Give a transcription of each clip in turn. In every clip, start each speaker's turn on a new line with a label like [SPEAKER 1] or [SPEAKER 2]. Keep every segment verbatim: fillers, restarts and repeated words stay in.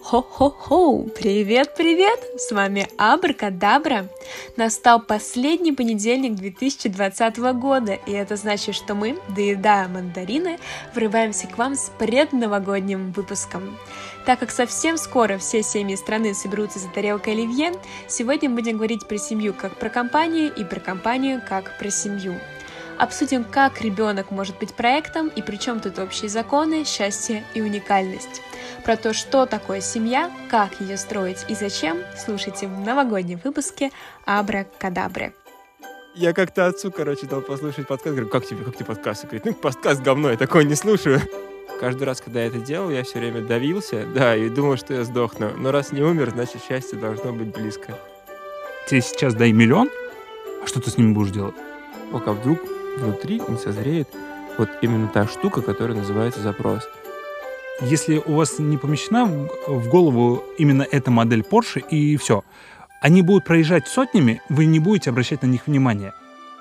[SPEAKER 1] Хо-хо-хо! Привет-привет! С вами Абракадабра. Настал последний понедельник две тысячи двадцатого года, и это значит, что мы, доедая мандарины, врываемся к вам с предновогодним выпуском. Так как совсем скоро все семьи страны соберутся за тарелкой оливье, сегодня будем говорить про семью как про компанию и про компанию как про семью. Обсудим, как ребенок может быть проектом и при чем тут общие законы, счастье и уникальность. Про то, что такое семья, как ее строить и зачем, слушайте в новогоднем выпуске Абракадабры.
[SPEAKER 2] Я как-то отцу, короче, дал послушать подкаст. Говорю, как тебе, как тебе подкаст? Он говорит, ну, подкаст говно, я такое не слушаю. Каждый раз, когда я это делал, я все время давился, да, и думал, что я сдохну. Но раз не умер, значит, счастье должно быть близко.
[SPEAKER 3] Тебе сейчас дай миллион, а что ты с ними будешь делать?
[SPEAKER 2] Пока вдруг внутри не созреет вот именно та штука, которая называется запрос.
[SPEAKER 3] Если у вас не помещена в голову именно эта модель Porsche, и все, они будут проезжать сотнями, вы не будете обращать на них внимания.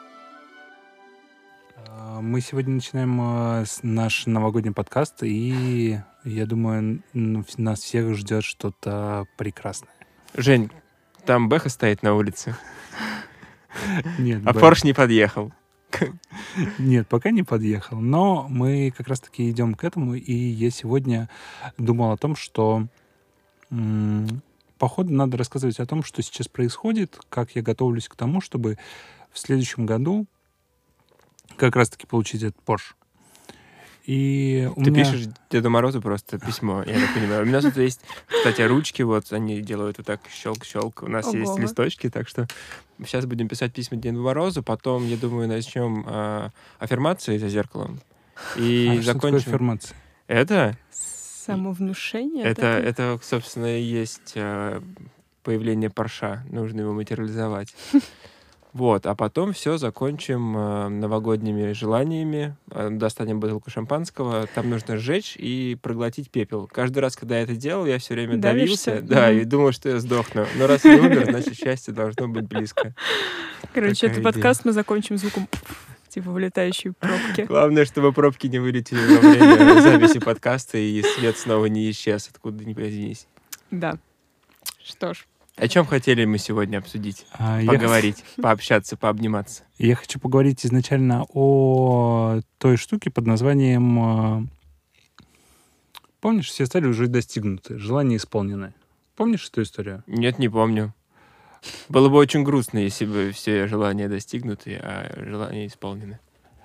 [SPEAKER 3] Мы сегодня начинаем наш новогодний подкаст, и я думаю, нас всех ждет что-то прекрасное.
[SPEAKER 2] Жень, там Бэха стоит на улице.
[SPEAKER 3] Нет,
[SPEAKER 2] а Порш не подъехал.
[SPEAKER 3] Нет, пока не подъехал. Но мы как раз-таки идем к этому, и я сегодня думал о том, что м- походу надо рассказывать о том, что сейчас происходит, как я готовлюсь к тому, чтобы в следующем году как раз-таки получить этот Porsche. И у
[SPEAKER 2] Ты
[SPEAKER 3] меня...
[SPEAKER 2] пишешь Деду Морозу просто письмо, я так понимаю. У меня тут есть, кстати, ручки, вот они делают вот так щелк-щелк. У нас Ого. Есть листочки, так что сейчас будем писать письма Деду Морозу, потом, я думаю, начнем э, аффирмации за зеркалом. И
[SPEAKER 3] а
[SPEAKER 2] закончим.
[SPEAKER 3] Что такое аффирмация?
[SPEAKER 2] Это?
[SPEAKER 1] Самовнушение?
[SPEAKER 2] Это, это, собственно, и есть э, появление Порша. Нужно его материализовать. Вот, а потом все закончим э, новогодними желаниями, э, достанем бутылку шампанского, там нужно сжечь и проглотить пепел. Каждый раз, когда я это делал, я все время
[SPEAKER 1] Давишься?
[SPEAKER 2] давился, да, mm-hmm. и думал, что я сдохну. Но раз не умер, значит, счастье должно быть близко.
[SPEAKER 1] Короче, этот подкаст мы закончим звуком типа вылетающей пробки.
[SPEAKER 2] Главное, чтобы пробки не вылетели во время записи подкаста, и свет снова не исчез, откуда ни возьмись.
[SPEAKER 1] Да. Что ж.
[SPEAKER 2] О чем хотели мы сегодня обсудить?
[SPEAKER 3] А,
[SPEAKER 2] Поговорить,
[SPEAKER 3] я...
[SPEAKER 2] пообщаться, пообниматься.
[SPEAKER 3] Я хочу поговорить изначально о той штуке под названием... Помнишь, все цели уже достигнуты, желания исполнены. Помнишь эту историю?
[SPEAKER 2] Нет, не помню. Было бы очень грустно, если бы все желания достигнуты, а желания исполнены.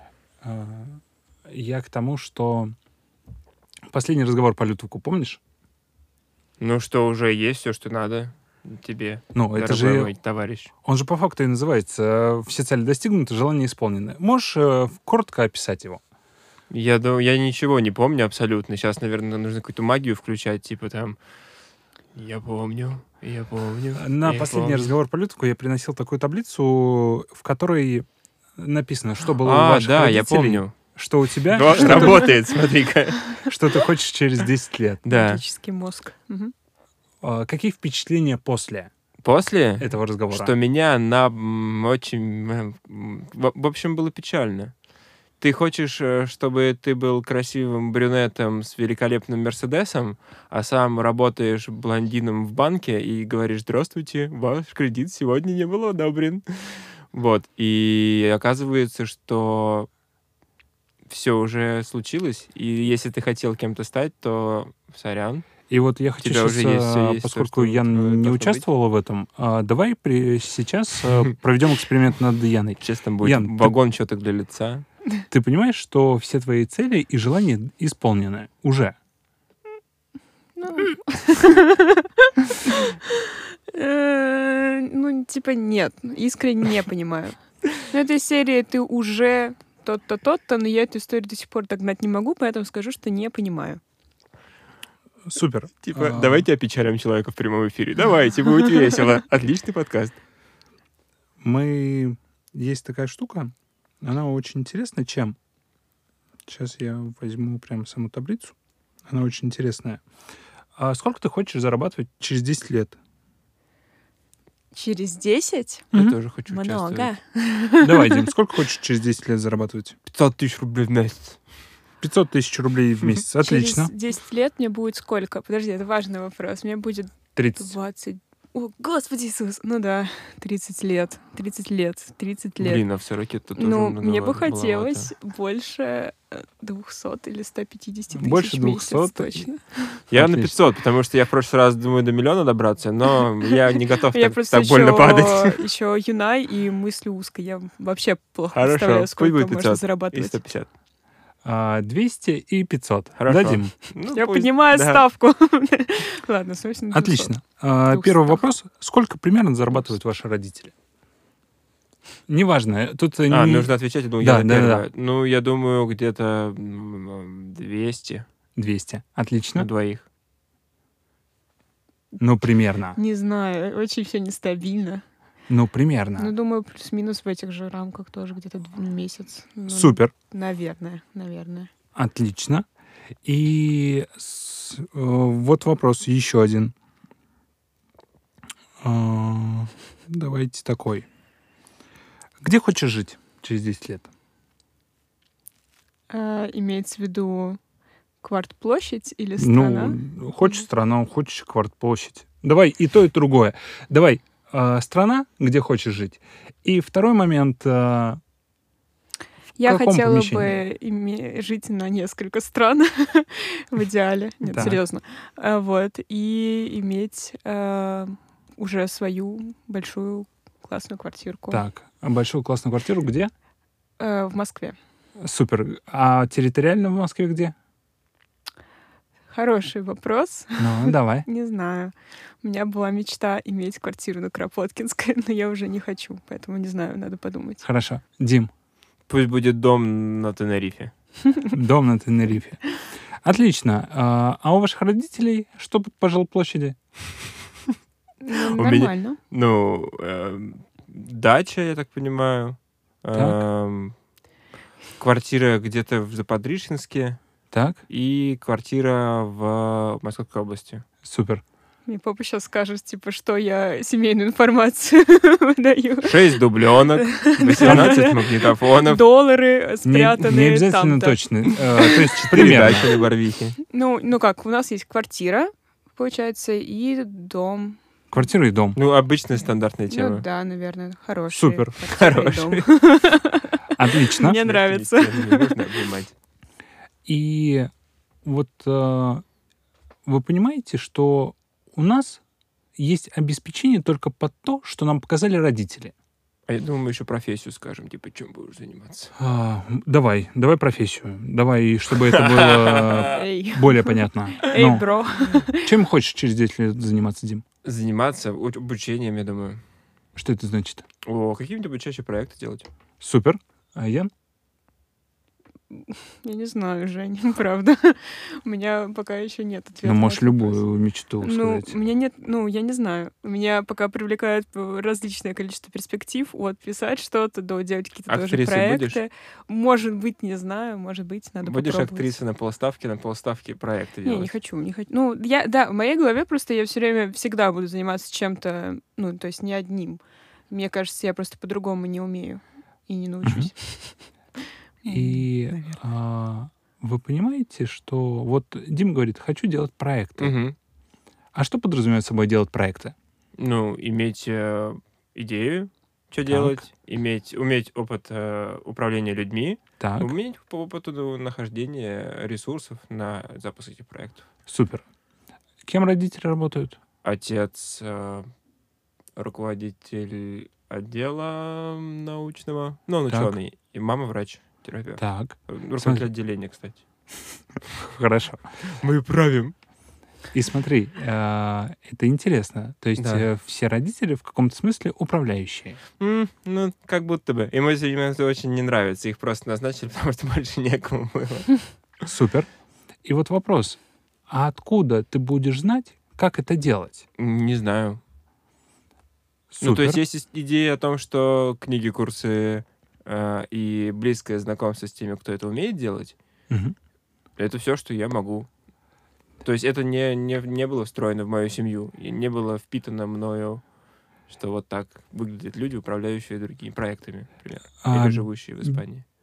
[SPEAKER 3] Я к тому, что... Последний разговор по Лютовку, помнишь?
[SPEAKER 2] Ну что, уже есть все, что надо тебе,
[SPEAKER 3] ну, это же
[SPEAKER 2] мой товарищ.
[SPEAKER 3] Он же по факту и называется «Все цели достигнуты, желания исполнены». Можешь э, коротко описать его?
[SPEAKER 2] Я, да, я ничего не помню абсолютно. Сейчас, наверное, нужно какую-то магию включать, типа там «Я помню, я помню».
[SPEAKER 3] На
[SPEAKER 2] я
[SPEAKER 3] последний
[SPEAKER 2] помню.
[SPEAKER 3] разговор по Лютовку я приносил такую таблицу, в которой написано, что было
[SPEAKER 2] а,
[SPEAKER 3] у ваших
[SPEAKER 2] да,
[SPEAKER 3] родителей,
[SPEAKER 2] я помню.
[SPEAKER 3] что у тебя...
[SPEAKER 2] Да,
[SPEAKER 3] что
[SPEAKER 2] работает, смотри-ка.
[SPEAKER 3] Что ты хочешь через десять лет.
[SPEAKER 2] Да.
[SPEAKER 1] Магический мозг. Угу.
[SPEAKER 3] А, какие впечатления после?
[SPEAKER 2] После
[SPEAKER 3] этого разговора?
[SPEAKER 2] Что меня на очень... В общем, было печально. Ты хочешь, чтобы ты был красивым брюнетом с великолепным Мерседесом, а сам работаешь блондином в банке и говоришь: «Здравствуйте, ваш кредит сегодня не был одобрен». Вот. И оказывается, что все уже случилось, и если ты хотел кем-то стать, то сорян.
[SPEAKER 3] И вот я хочу сейчас,
[SPEAKER 2] уже есть, все есть,
[SPEAKER 3] поскольку
[SPEAKER 2] то,
[SPEAKER 3] я не участвовала быть. в этом, давай при, сейчас проведем эксперимент над Яной.
[SPEAKER 2] Сейчас там будет
[SPEAKER 3] Ян,
[SPEAKER 2] вагон ты, четок для лица.
[SPEAKER 3] Ты понимаешь, что все твои цели и желания исполнены уже?
[SPEAKER 1] Ну, типа нет, искренне не понимаю. В этой серии ты уже тот-то, тот-то, но я эту историю до сих пор догнать не могу, поэтому скажу, что не понимаю.
[SPEAKER 3] Супер.
[SPEAKER 2] Типа, а... давайте опечалим человека в прямом эфире. Давайте, будет весело. Отличный подкаст.
[SPEAKER 3] Мы... Есть такая штука, она очень интересна. Чем? Сейчас я возьму прям саму таблицу. Она очень интересная. А сколько ты хочешь зарабатывать через десять лет?
[SPEAKER 1] Через десять?
[SPEAKER 2] Я
[SPEAKER 3] mm-hmm.
[SPEAKER 2] тоже хочу
[SPEAKER 1] Много.
[SPEAKER 2] участвовать.
[SPEAKER 3] Давай, Дим, сколько хочешь через десять лет зарабатывать?
[SPEAKER 2] пятьсот тысяч рублей в месяц.
[SPEAKER 3] пятьсот тысяч рублей в месяц. Отлично.
[SPEAKER 1] Через десять лет мне будет сколько? Подожди, это важный вопрос. Мне будет
[SPEAKER 3] тридцать.
[SPEAKER 1] двадцать. О, Господи Иисус! Ну да, тридцать лет. тридцать лет. тридцать лет.
[SPEAKER 2] Блин, а в сороке тут тоже
[SPEAKER 1] Ну,
[SPEAKER 2] много
[SPEAKER 1] мне бы
[SPEAKER 2] маловато.
[SPEAKER 1] хотелось больше э, двухсот или ста пятидесяти тысяч
[SPEAKER 3] Больше
[SPEAKER 1] в месяц,
[SPEAKER 3] двухсот.
[SPEAKER 1] точно.
[SPEAKER 2] Я
[SPEAKER 3] Отлично.
[SPEAKER 2] на пятьсот, потому что я в прошлый раз думаю до миллиона добраться, но я не готов
[SPEAKER 1] Я
[SPEAKER 2] так,
[SPEAKER 1] просто
[SPEAKER 2] так больно падать.
[SPEAKER 1] еще юна и мыслю узко. Я вообще плохо
[SPEAKER 2] Хорошо,
[SPEAKER 1] представляю,
[SPEAKER 2] пусть
[SPEAKER 1] сколько
[SPEAKER 2] будет
[SPEAKER 1] можно
[SPEAKER 2] пятьсот и
[SPEAKER 1] зарабатывать.
[SPEAKER 2] сто пятьдесят.
[SPEAKER 3] А, двести и пятьсот.
[SPEAKER 2] Хорошо.
[SPEAKER 3] Дадим.
[SPEAKER 2] Ну,
[SPEAKER 1] Я
[SPEAKER 2] пусть,
[SPEAKER 1] поднимаю
[SPEAKER 2] да.
[SPEAKER 1] ставку. Ладно, собственно, двухсот.
[SPEAKER 3] Отлично. А,
[SPEAKER 1] Двухсот.
[SPEAKER 3] первый вопрос. Сколько примерно зарабатывают ваши родители? Неважно. Тут
[SPEAKER 2] А,
[SPEAKER 3] не...
[SPEAKER 2] нужно отвечать, я думаю,
[SPEAKER 3] Да,
[SPEAKER 2] я на
[SPEAKER 3] да,
[SPEAKER 2] первое. Ну, я думаю, где-то м, двести
[SPEAKER 3] двести.
[SPEAKER 2] на
[SPEAKER 3] Отлично.
[SPEAKER 2] двоих.
[SPEAKER 3] Ну, примерно.
[SPEAKER 1] Не знаю, очень все нестабильно.
[SPEAKER 3] Ну, примерно.
[SPEAKER 1] Ну, думаю, плюс-минус в этих же рамках тоже где-то д- месяц. Ну,
[SPEAKER 3] Супер.
[SPEAKER 1] Наверное, наверное.
[SPEAKER 3] Отлично. И с- э, вот вопрос еще один. А, Давайте такой. Где хочешь жить через десять лет?
[SPEAKER 1] А, имеется в виду квартплощадь или страна?
[SPEAKER 3] Ну, хочешь страну, хочешь квартплощадь. Давай и то, и другое. Давай э, страна, где хочешь жить. И второй момент. э,
[SPEAKER 1] Я
[SPEAKER 3] каком
[SPEAKER 1] хотела
[SPEAKER 3] помещении?
[SPEAKER 1] бы име- жить на несколько стран в идеале. Нет,
[SPEAKER 3] Так.
[SPEAKER 1] серьезно. А, Вот. И иметь а, уже свою большую классную квартирку
[SPEAKER 3] Так, большую классную квартиру где?
[SPEAKER 1] А, в Москве.
[SPEAKER 3] Супер. А территориально в Москве где?
[SPEAKER 1] Хороший вопрос.
[SPEAKER 3] Ну, давай.
[SPEAKER 1] Не знаю. У меня была мечта иметь квартиру на Кропоткинской, но я уже не хочу, поэтому не знаю, надо подумать.
[SPEAKER 3] Хорошо. Дим,
[SPEAKER 2] Пусть будет дом на Тенерифе.
[SPEAKER 3] дом на Тенерифе. Отлично. А а у ваших родителей что по жилплощади?
[SPEAKER 1] Ну,
[SPEAKER 2] У меня-
[SPEAKER 1] нормально.
[SPEAKER 2] Ну, эм, дача, я так понимаю.
[SPEAKER 3] Так.
[SPEAKER 2] Эм, Квартира где-то в Западрижинске
[SPEAKER 3] Так,
[SPEAKER 2] и квартира в Московской области.
[SPEAKER 3] супер.
[SPEAKER 1] Мне папа сейчас скажет, типа, что я семейную информацию выдаю.
[SPEAKER 2] Шесть дубленок, восемнадцать магнитофонов,
[SPEAKER 1] Доллары
[SPEAKER 3] Не,
[SPEAKER 1] спрятанные
[SPEAKER 3] не обязательно
[SPEAKER 1] там-то.
[SPEAKER 3] точно. Э, То есть примерно.
[SPEAKER 2] передача на Барвихе.
[SPEAKER 1] Ну, ну как, у нас есть квартира, получается, и дом.
[SPEAKER 3] Квартира и дом.
[SPEAKER 2] Ну, обычная стандартная
[SPEAKER 1] Ну
[SPEAKER 2] тема.
[SPEAKER 1] да, наверное, хороший.
[SPEAKER 3] Супер.
[SPEAKER 1] квартира и дом.
[SPEAKER 3] Отлично.
[SPEAKER 1] Мне нравится.
[SPEAKER 2] Не нужно обнимать.
[SPEAKER 3] И вот э, вы понимаете, что у нас есть обеспечение только под то, что нам показали родители.
[SPEAKER 2] А я думаю, мы еще профессию скажем, типа, чем будешь заниматься.
[SPEAKER 3] А, давай, давай профессию. Давай, чтобы это было
[SPEAKER 1] Эй,
[SPEAKER 3] более понятно.
[SPEAKER 1] эй,
[SPEAKER 3] Ну,
[SPEAKER 1] бро.
[SPEAKER 3] чем хочешь через десять лет заниматься, Дим?
[SPEAKER 2] Заниматься у- обучением, я думаю.
[SPEAKER 3] Что это значит?
[SPEAKER 2] О, какие-нибудь обучающие проекты делать.
[SPEAKER 3] Супер. А Ян?
[SPEAKER 1] Я не знаю, Жень, правда. У меня пока еще нет ответа.
[SPEAKER 3] Ну,
[SPEAKER 1] на
[SPEAKER 3] можешь
[SPEAKER 1] этот вопрос.
[SPEAKER 3] любую мечту
[SPEAKER 1] Ну,
[SPEAKER 3] сказать.
[SPEAKER 1] у меня нет, ну, я не знаю. У меня пока привлекает э, различное количество перспектив, от писать что-то до делать какие-то тоже
[SPEAKER 2] Актрисой
[SPEAKER 1] проекты. Может быть, не знаю, может быть, надо
[SPEAKER 2] Будешь
[SPEAKER 1] попробовать.
[SPEAKER 2] актрисой на полставки, на полставки проекты
[SPEAKER 1] Не,
[SPEAKER 2] делать.
[SPEAKER 1] не хочу, не хочу. Ну, я, да, в моей голове просто я все время всегда буду заниматься чем-то, ну, то есть не одним. Мне кажется, я просто по-другому не умею и не научусь.
[SPEAKER 3] И
[SPEAKER 1] Наверное.
[SPEAKER 3] а, вы понимаете, что вот Дим говорит, хочу делать проекты.
[SPEAKER 2] Мгм.
[SPEAKER 3] А что подразумевает собой делать проекты?
[SPEAKER 2] Ну, иметь э, идею, что
[SPEAKER 3] Так.
[SPEAKER 2] делать, иметь, уметь опыт э, управления людьми,
[SPEAKER 3] Так,
[SPEAKER 2] уметь по опыту нахождения ресурсов на запуск этих проектов.
[SPEAKER 3] супер. Кем родители работают?
[SPEAKER 2] Отец э, руководитель отдела научного, ну, он
[SPEAKER 3] Так.
[SPEAKER 2] ученый, и мама врач, терапевт.
[SPEAKER 3] Так,
[SPEAKER 2] Э, Руководитель
[SPEAKER 3] Смотри.
[SPEAKER 2] отделения, кстати.
[SPEAKER 3] хорошо.
[SPEAKER 2] Мы правим.
[SPEAKER 3] И смотри, э, это интересно. То есть
[SPEAKER 2] Да.
[SPEAKER 3] э, все родители в каком-то смысле управляющие.
[SPEAKER 2] М, ну, как будто бы. Им эти моменты очень не нравятся. Их просто назначили, потому что больше некому было.
[SPEAKER 3] Супер. И вот вопрос. А откуда ты будешь знать, как это делать?
[SPEAKER 2] Не знаю.
[SPEAKER 3] Супер.
[SPEAKER 2] Ну, то есть есть идея о том, что книги, курсы э, и близкое знакомство с теми, кто это умеет делать,
[SPEAKER 3] Мгм.
[SPEAKER 2] это все, что я могу. То есть это не, не, не было встроено в мою семью, и не было впитано мною, что вот так выглядят люди, управляющие другими проектами, например,
[SPEAKER 3] А,
[SPEAKER 2] или живущие в Испании.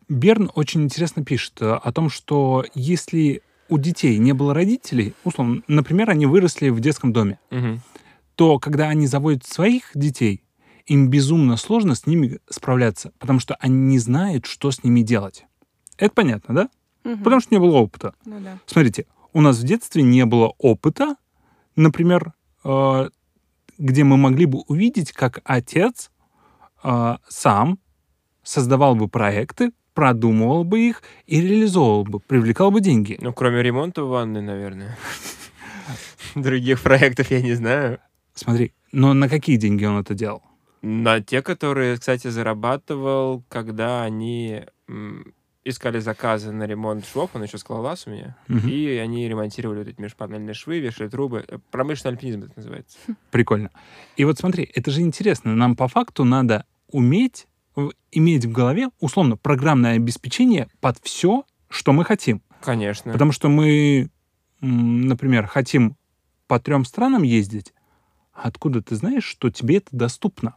[SPEAKER 3] Берн очень интересно пишет э, о том, что если у детей не было родителей, условно, например, они выросли в детском доме,
[SPEAKER 2] Мгм.
[SPEAKER 3] то когда они заводят своих детей, им безумно сложно с ними справляться, потому что они не знают, что с ними делать. Это понятно, да?
[SPEAKER 1] Мгм.
[SPEAKER 3] Потому что не было опыта.
[SPEAKER 1] Ну да.
[SPEAKER 3] Смотрите, у нас в детстве не было опыта, например, э, где мы могли бы увидеть, как отец э, сам создавал бы проекты, продумывал бы их и реализовывал бы, привлекал бы деньги.
[SPEAKER 2] Ну, кроме ремонта в ванной, наверное. Других проектов я не знаю.
[SPEAKER 3] Смотри, но на какие деньги он это делал?
[SPEAKER 2] На те, которые, кстати, зарабатывал, когда они м, искали заказы на ремонт швов, он еще скалолаз у меня,
[SPEAKER 3] Мгм.
[SPEAKER 2] и они ремонтировали вот эти межпанельные швы, вешали трубы. Э, Промышленный альпинизм это называется.
[SPEAKER 3] Прикольно. И вот смотри, это же интересно. Нам по факту надо уметь в- иметь в голове, условно, программное обеспечение под все, что мы хотим.
[SPEAKER 2] Конечно.
[SPEAKER 3] Потому что мы, м, например, хотим по трем странам ездить, а откуда ты знаешь, что тебе это доступно?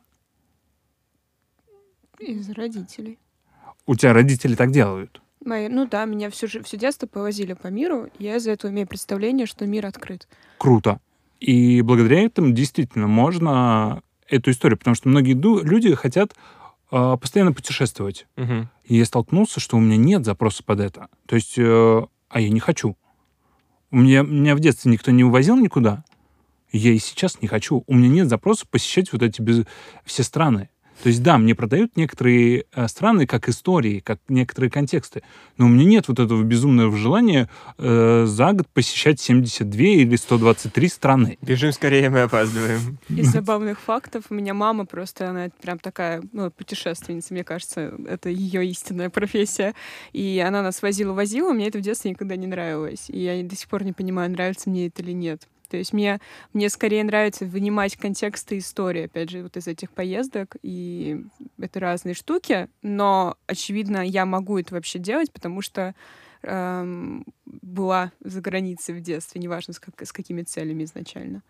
[SPEAKER 1] Из родителей.
[SPEAKER 3] У тебя родители так делают.
[SPEAKER 1] Мои, ну да, меня все, все детство повозили по миру, и я из-за этого имею представление, что мир открыт.
[SPEAKER 3] Круто. И благодаря этому действительно можно эту историю, потому что многие ду- люди хотят э, постоянно путешествовать.
[SPEAKER 2] Мгм.
[SPEAKER 3] И я столкнулся, что у меня нет запроса под это. То есть, э, а я не хочу. У меня, меня в детстве никто не увозил никуда. Я и сейчас не хочу. У меня нет запроса посещать вот эти без- все страны. То есть, да, мне продают некоторые э, страны как истории, как некоторые контексты, но у меня нет вот этого безумного желания э, за год посещать семьдесят две или сто двадцать три страны.
[SPEAKER 2] Бежим скорее, мы опаздываем.
[SPEAKER 1] Из забавных фактов у меня мама просто, она прям такая, ну, путешественница, мне кажется, это ее истинная профессия. И она нас возила-возила, мне это в детстве никогда не нравилось. И я до сих пор не понимаю, нравится мне это или нет. То есть мне, мне скорее нравится вынимать контексты истории, опять же, вот из этих поездок, и это разные штуки, но, очевидно, я могу это вообще делать, потому что эм, была за границей в детстве, неважно, с, как, с какими целями изначально.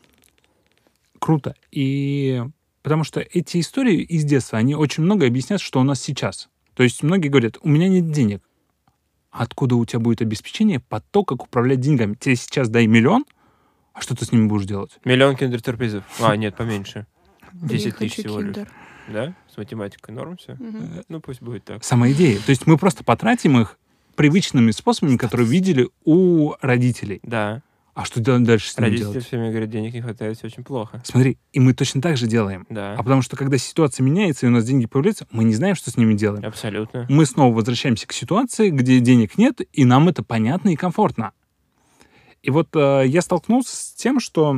[SPEAKER 3] Круто. И потому что эти истории из детства, они очень много объяснят, что у нас сейчас. То есть многие говорят, у меня нет денег. Откуда у тебя будет обеспечение под то, как управлять деньгами? Тебе сейчас дай миллион, а что ты с ними будешь делать?
[SPEAKER 2] Миллион киндер-сюрпризов. А, нет, поменьше.
[SPEAKER 1] Блин,
[SPEAKER 2] десять тысяч
[SPEAKER 1] хочу
[SPEAKER 2] всего лишь.
[SPEAKER 1] киндер.
[SPEAKER 2] Да? С математикой норм все?
[SPEAKER 1] Мгм.
[SPEAKER 2] Ну, пусть будет так.
[SPEAKER 3] Сама идея. То есть мы просто потратим их привычными способами, которые видели у родителей.
[SPEAKER 2] Да.
[SPEAKER 3] А что делать дальше с ними
[SPEAKER 2] Родители
[SPEAKER 3] делать?
[SPEAKER 2] все время говорят, денег не хватает, все очень плохо.
[SPEAKER 3] Смотри, и мы точно так же делаем.
[SPEAKER 2] Да,
[SPEAKER 3] А потому что когда ситуация меняется, и у нас деньги появляются, мы не знаем, что с ними делаем.
[SPEAKER 2] абсолютно.
[SPEAKER 3] Мы снова возвращаемся к ситуации, где денег нет, и нам это понятно и комфортно. И вот э, я столкнулся с тем, что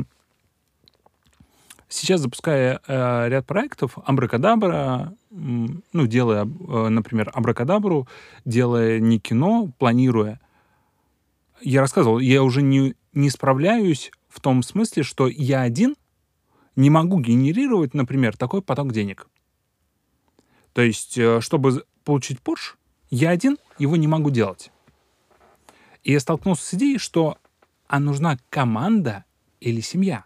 [SPEAKER 3] сейчас, запуская э, ряд проектов, Абракадабра, м, ну, делая, э, например, Абракадабру, делая не кино, планируя, я рассказывал, я уже не, не справляюсь в том смысле, что я один не могу генерировать, например, такой поток денег. То есть, э, чтобы з- получить Porsche, я один его не могу делать. И я столкнулся с идеей, что а нужна команда или семья.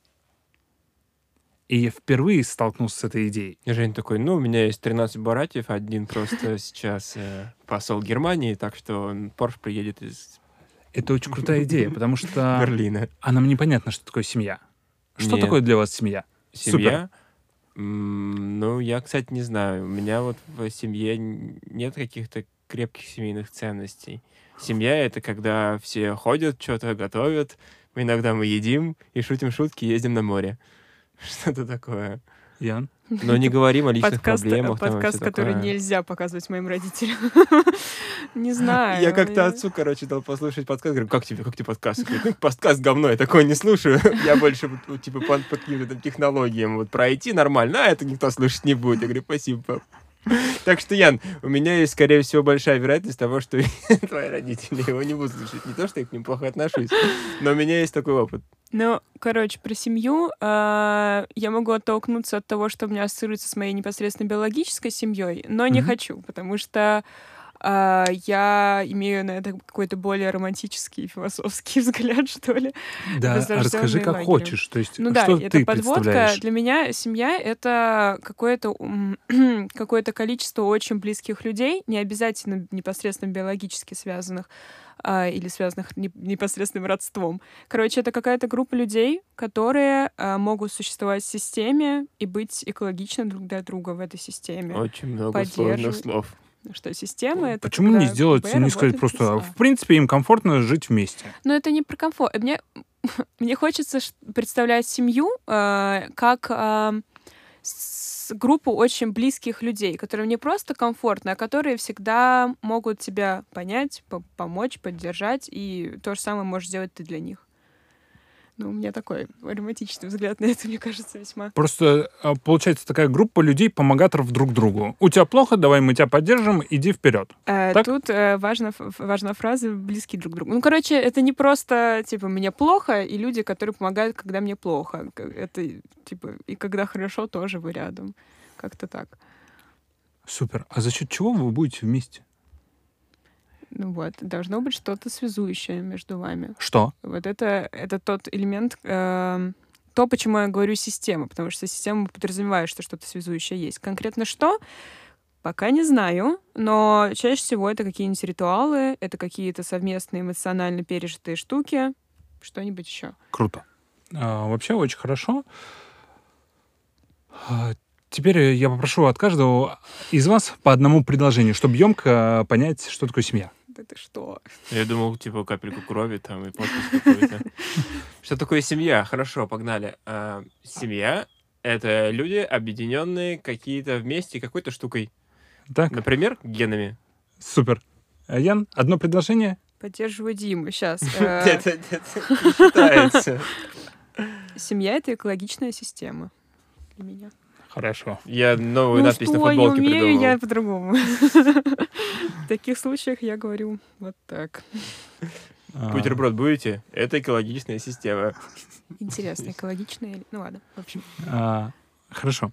[SPEAKER 3] И я впервые столкнулся с этой идеей.
[SPEAKER 2] И Жень такой, ну, у меня есть тринадцать братьев, один просто сейчас э, посол Германии, так что он- Порш приедет из
[SPEAKER 3] Это очень крутая идея, потому что
[SPEAKER 2] Берлина.
[SPEAKER 3] а нам непонятно, что такое семья. Что
[SPEAKER 2] Нет.
[SPEAKER 3] такое для вас семья?
[SPEAKER 2] Семья? М, Ну, я, кстати, не знаю. У меня вот в семье н- нет каких-то крепких семейных ценностей. Семья — это когда все ходят, что-то готовят, иногда мы едим и шутим шутки, ездим на море. Что-то такое.
[SPEAKER 3] Ян?
[SPEAKER 2] Но не говорим о личных
[SPEAKER 1] Подкаст,
[SPEAKER 2] проблемах. там и
[SPEAKER 1] подкаст
[SPEAKER 2] всё
[SPEAKER 1] который
[SPEAKER 2] такое.
[SPEAKER 1] нельзя показывать моим родителям. Не знаю.
[SPEAKER 2] Я как-то отцу, короче, дал послушать подкаст. Говорю, как тебе, как тебе подкаст? Он говорит, ну, подкаст говно, я такое не слушаю. Я больше, вот, вот, типа, по, по каким-то там технологиям. Вот про ай ти нормально, а это никто слушать не будет. Я говорю, спасибо, пап. Так что, Ян, у меня есть, скорее всего, большая вероятность того, что твои родители его не будут слушать. Не то, что я к ним плохо отношусь, но у меня есть такой опыт.
[SPEAKER 1] Ну, короче, про семью а, я могу оттолкнуться от того, что у меня ассоциируется с моей непосредственно биологической семьей, но не
[SPEAKER 3] Мгм.
[SPEAKER 1] хочу, потому что а, я имею на это какой-то более романтический, философский взгляд, что ли.
[SPEAKER 3] Да,
[SPEAKER 1] возрожденные
[SPEAKER 3] расскажи как
[SPEAKER 1] лагерем.
[SPEAKER 3] хочешь. То есть,
[SPEAKER 1] Ну да,
[SPEAKER 3] что
[SPEAKER 1] это
[SPEAKER 3] ты
[SPEAKER 1] подводка.
[SPEAKER 3] представляешь?
[SPEAKER 1] Для меня семья — это какое-то, м, какое-то количество очень близких людей, не обязательно непосредственно биологически связанных, а, или связанных не- непосредственным родством. Короче, это какая-то группа людей, которые а, могут существовать в системе и быть экологичны друг для друга в этой системе.
[SPEAKER 2] Очень много сложных
[SPEAKER 1] Поддерживать.
[SPEAKER 2] слов.
[SPEAKER 1] Что система — это
[SPEAKER 3] Почему не
[SPEAKER 1] когда
[SPEAKER 3] сделать,
[SPEAKER 1] Б
[SPEAKER 3] не сказать
[SPEAKER 1] работает
[SPEAKER 3] просто,
[SPEAKER 1] плюс А.
[SPEAKER 3] в принципе, им комфортно жить вместе?
[SPEAKER 1] Но это не про комфорт. Мне, мне хочется ш- представлять семью э, как э, с- группу очень близких людей, которым не просто комфортно, а которые всегда могут тебя понять, по- помочь, поддержать, и то же самое можешь сделать ты для них. Ну, у меня такой романтичный взгляд на это, мне кажется, весьма.
[SPEAKER 3] Просто а, получается такая группа людей, помогаторов друг другу. У тебя плохо, давай мы тебя поддержим, иди вперед.
[SPEAKER 1] Э,
[SPEAKER 3] Так?
[SPEAKER 1] Тут э, важна, ф- важна фраза «близкие друг к другу». Ну, короче, это не просто, типа, мне плохо, и люди, которые помогают, когда мне плохо. К- Это, типа, и когда хорошо, тоже вы рядом. Как-то так.
[SPEAKER 3] Супер. А за счет чего вы будете вместе?
[SPEAKER 1] Ну вот, должно быть что-то связующее между вами.
[SPEAKER 3] Что?
[SPEAKER 1] Вот это, это тот элемент, эм, то, почему я говорю система, потому что система подразумевает, что что-то связующее есть. Конкретно что? Пока не знаю, но чаще всего это какие-нибудь ритуалы, это какие-то совместные эмоционально пережитые штуки, что-нибудь еще.
[SPEAKER 3] Круто. А, вообще очень хорошо. А, теперь я попрошу от каждого из вас по одному предложению, чтобы емко понять, что такое семья.
[SPEAKER 1] Да ты что?
[SPEAKER 2] Я думал, типа, капельку крови там и подпись какую-то. Что такое семья? Хорошо, погнали. А, Семья — это люди, объединенные какие-то вместе какой-то штукой.
[SPEAKER 3] Так,
[SPEAKER 2] Например, генами.
[SPEAKER 3] супер. А, Ян, одно предложение?
[SPEAKER 1] Поддерживаю Диму. Сейчас.
[SPEAKER 2] Это это не считается.
[SPEAKER 1] Семья — это экологичная система для меня.
[SPEAKER 3] Хорошо.
[SPEAKER 2] Я новую
[SPEAKER 1] Ну
[SPEAKER 2] надпись на
[SPEAKER 1] что, не
[SPEAKER 2] футболке
[SPEAKER 1] умею
[SPEAKER 2] придумал.
[SPEAKER 1] я по-другому. В таких случаях я говорю вот так.
[SPEAKER 3] А,
[SPEAKER 2] Бутерброд будете? Это экологичная система.
[SPEAKER 1] Интересно, экологичная или... Ну ладно, в общем.
[SPEAKER 3] а, хорошо.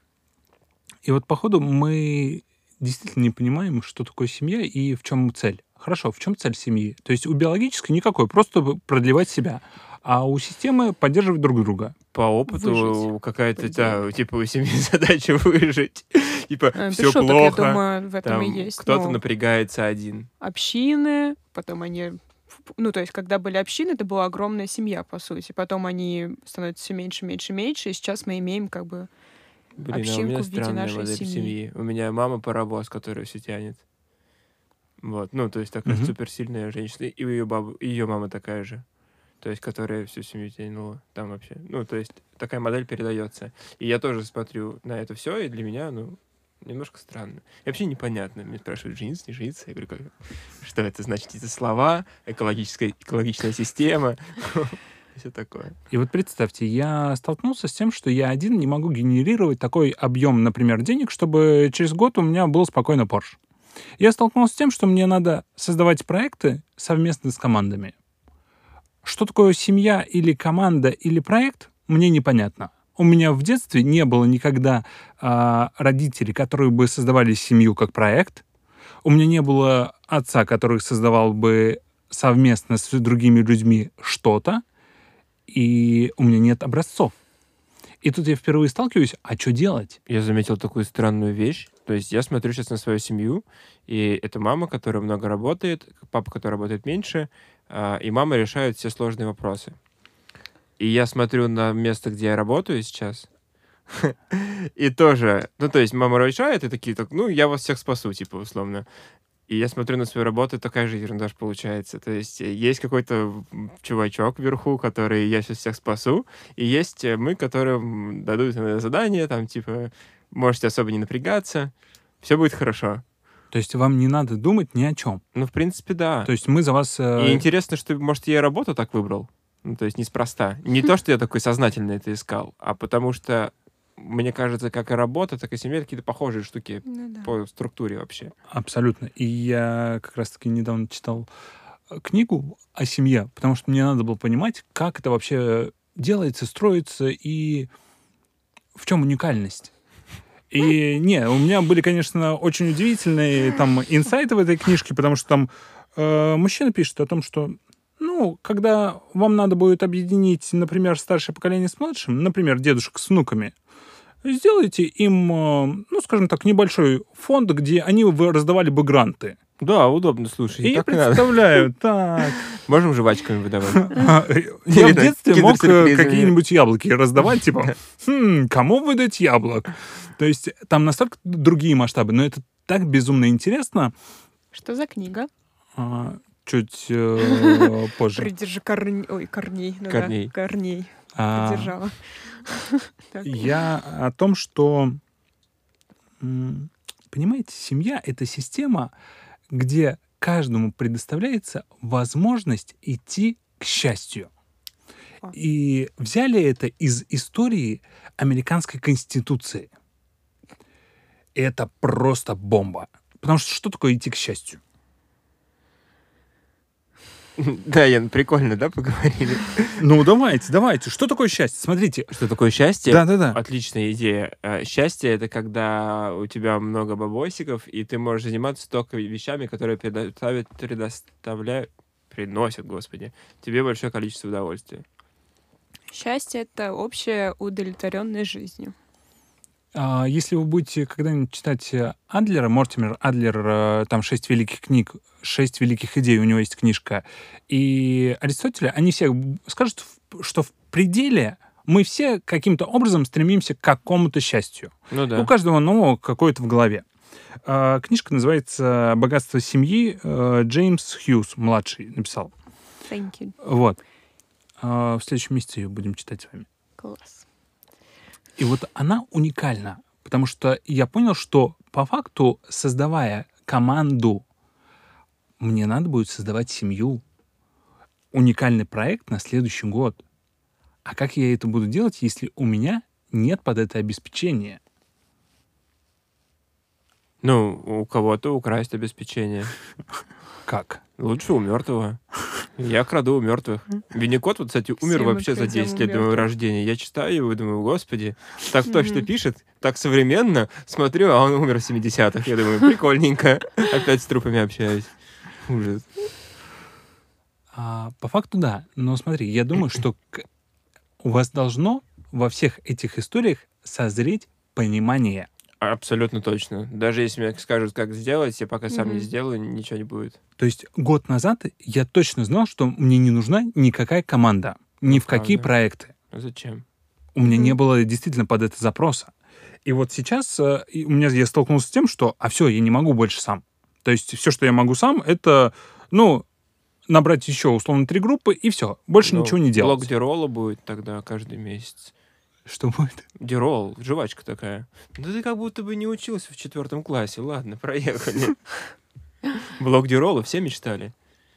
[SPEAKER 3] И вот, походу, мы действительно не понимаем, что такое семья и в чем цель. Хорошо, в чем цель семьи? То есть у биологической никакой, просто продлевать себя. А у системы поддерживать друг друга.
[SPEAKER 2] По опыту
[SPEAKER 1] Выжить,
[SPEAKER 2] какая-то,
[SPEAKER 1] по идее.
[SPEAKER 2] да, типа у семьи задача выжить. Типа,
[SPEAKER 1] Э, без
[SPEAKER 2] все
[SPEAKER 1] шуток,
[SPEAKER 2] плохо.
[SPEAKER 1] я думаю, в этом
[SPEAKER 2] Там
[SPEAKER 1] и есть.
[SPEAKER 2] кто-то
[SPEAKER 1] Ну,
[SPEAKER 2] напрягается один.
[SPEAKER 1] общины, потом они... Ну, то есть, когда были общины, это была огромная семья, по сути. Потом они становятся все меньше, меньше, меньше, и сейчас мы имеем как бы...
[SPEAKER 2] Блин, а у
[SPEAKER 1] Общинку
[SPEAKER 2] меня
[SPEAKER 1] в виде
[SPEAKER 2] странная
[SPEAKER 1] нашей
[SPEAKER 2] модель
[SPEAKER 1] семьи.
[SPEAKER 2] семьи. У меня мама паровоз, которая все тянет. Вот, ну, то есть такая
[SPEAKER 3] Мгм.
[SPEAKER 2] суперсильная женщина. И ее бабу, ее мама такая же. То есть, которая всю семью тянула. Там вообще. Ну, то есть, такая модель передается. И я тоже смотрю на это все, и для меня, ну, немножко странно. И вообще непонятно. Меня спрашивают, жениться, не жениться. Я говорю, как... что это значит? Эти слова, экологическая, экологичная система. Все такое.
[SPEAKER 3] И вот представьте, я столкнулся с тем, что я один не могу генерировать такой объем, например, денег, чтобы через год у меня был спокойно Porsche. Я столкнулся с тем, что мне надо создавать проекты совместно с командами. Что такое семья или команда или проект, мне непонятно. У меня в детстве не было никогда а, родителей, которые бы создавали семью как проект. У меня не было отца, который создавал бы совместно с другими людьми что-то. И у меня нет образцов. И тут я впервые сталкиваюсь, а что делать?
[SPEAKER 2] Я заметил такую странную вещь. То есть я смотрю сейчас на свою семью, и это мама, которая много работает, папа, который работает меньше, а, и мама решает все сложные вопросы. И я смотрю на место, где я работаю сейчас, и тоже, ну, то есть мама решает, и такие, так, ну, я вас всех спасу, типа, условно. И я смотрю на свою работу, такая же ерунда ж получается. То есть э, есть какой-то м, чувачок вверху, который я сейчас всех спасу, и есть э, мы, которым дадут иногда задание, там, типа, можете особо не напрягаться, все будет хорошо.
[SPEAKER 3] То есть вам не надо думать ни о чем.
[SPEAKER 2] Ну, в принципе, да.
[SPEAKER 3] То есть мы за вас... э,
[SPEAKER 2] И интересно, что, может, я и работу так выбрал. Ну, то есть неспроста. Не то, что я такой сознательно это искал, а потому что, мне кажется, как и работа, так и семья — какие-то похожие штуки
[SPEAKER 1] Ну да.
[SPEAKER 2] по структуре вообще.
[SPEAKER 3] Абсолютно. И я как раз-таки недавно читал э, книгу о семье, потому что мне надо было понимать, как это вообще делается, строится и в чем уникальность. И не, у меня были, конечно, очень удивительные там инсайты в этой книжке, потому что там э, мужчина пишет о том, что, ну, когда вам надо будет объединить, например, старшее поколение с младшим, например, дедушек с внуками, сделайте им, э, ну, скажем так, небольшой фонд, где они вы раздавали бы гранты.
[SPEAKER 2] Да, удобно, слушай.
[SPEAKER 3] И я
[SPEAKER 2] так и надо.
[SPEAKER 3] представляю, так.
[SPEAKER 2] Можем жвачками выдавать.
[SPEAKER 3] Я в детстве мог
[SPEAKER 2] киндер-сюрпризами.
[SPEAKER 3] какие-нибудь яблоки раздавать, типа, «Хм, кому выдать яблок?» То есть там настолько другие масштабы, но это так безумно интересно.
[SPEAKER 1] Что за книга?
[SPEAKER 3] А, Чуть э, позже.
[SPEAKER 1] Придержи корней. Ой, корней. Ну
[SPEAKER 2] Корней.
[SPEAKER 1] Да, корней.
[SPEAKER 3] А,
[SPEAKER 1] Придержала. Так.
[SPEAKER 3] Я о том, что, м, понимаете, семья — это система, где каждому предоставляется возможность идти к счастью.
[SPEAKER 1] А.
[SPEAKER 3] И взяли это из истории американской конституции. И это просто бомба. Потому что что такое идти к счастью?
[SPEAKER 2] Да, Ян, прикольно, да, поговорили?
[SPEAKER 3] Ну, давайте, давайте. Что такое счастье? Смотрите.
[SPEAKER 2] Что такое счастье?
[SPEAKER 3] Да-да-да.
[SPEAKER 2] Отличная идея. Э, Счастье — это когда у тебя много бабосиков, и ты можешь заниматься только вещами, которые предоставят, предоставляют, приносят, господи, тебе большое количество удовольствия.
[SPEAKER 1] Счастье — это общая удовлетворенность жизнью.
[SPEAKER 3] А, Если вы будете когда-нибудь читать э, Адлера, Мортимер Адлер, э, там «Шесть великих книг», «Шесть великих идей», у него есть книжка, и Аристотеля, они все скажут, в- что в пределе мы все каким-то образом стремимся к какому-то счастью.
[SPEAKER 2] Ну да.
[SPEAKER 3] У каждого нового какое-то в голове. А, Книжка называется «Богатство семьи». э, Джеймс Хьюз, младший, написал.
[SPEAKER 1] Thank you.
[SPEAKER 3] Вот. А, В следующем месяце ее будем читать с вами.
[SPEAKER 1] Класс.
[SPEAKER 3] И вот она уникальна, потому что я понял, что по факту, создавая команду, мне надо будет создавать семью, уникальный проект на следующий год. А как я это буду делать, если у меня нет под это обеспечения?
[SPEAKER 2] Ну, у кого-то украсть обеспечение.
[SPEAKER 3] Как?
[SPEAKER 2] Лучше у мертвого. Я краду у мертвых. Винникот, вот, кстати, умер
[SPEAKER 1] Все мы
[SPEAKER 2] вообще за
[SPEAKER 1] крадем
[SPEAKER 2] десять
[SPEAKER 1] у
[SPEAKER 2] лет до моего
[SPEAKER 1] мертвых.
[SPEAKER 2] рождения. Я читаю его и думаю, господи, так точно
[SPEAKER 1] Мгм.
[SPEAKER 2] пишет, так современно. Смотрю, а он умер в семидесятых. Я думаю, прикольненько. Опять с трупами общаюсь. Ужас.
[SPEAKER 3] А, по факту да. Но смотри, я думаю, что к- у вас должно во всех этих историях созреть понимание.
[SPEAKER 2] Абсолютно точно. Даже если мне скажут, как сделать, я пока сам не
[SPEAKER 1] Мгм.
[SPEAKER 2] сделаю, ничего не будет.
[SPEAKER 3] То есть год назад я точно знал, что мне не нужна никакая команда, ни
[SPEAKER 2] Ну,
[SPEAKER 3] в какие
[SPEAKER 2] правда.
[SPEAKER 3] проекты.
[SPEAKER 2] А зачем?
[SPEAKER 3] У меня не
[SPEAKER 1] Мгм.
[SPEAKER 3] было действительно под это запроса. И вот сейчас э, и у меня я столкнулся с тем, что, а все, я не могу больше сам. То есть все, что я могу сам, это, ну, набрать еще условно три группы и все, больше
[SPEAKER 2] Ну,
[SPEAKER 3] ничего не делать.
[SPEAKER 2] Блок Диролла будет тогда каждый месяц.
[SPEAKER 3] Что будет?
[SPEAKER 2] Дирол, жвачка такая. Да ты как будто бы не учился в четвертом классе. Ладно, проехали. Блок Диролла все мечтали.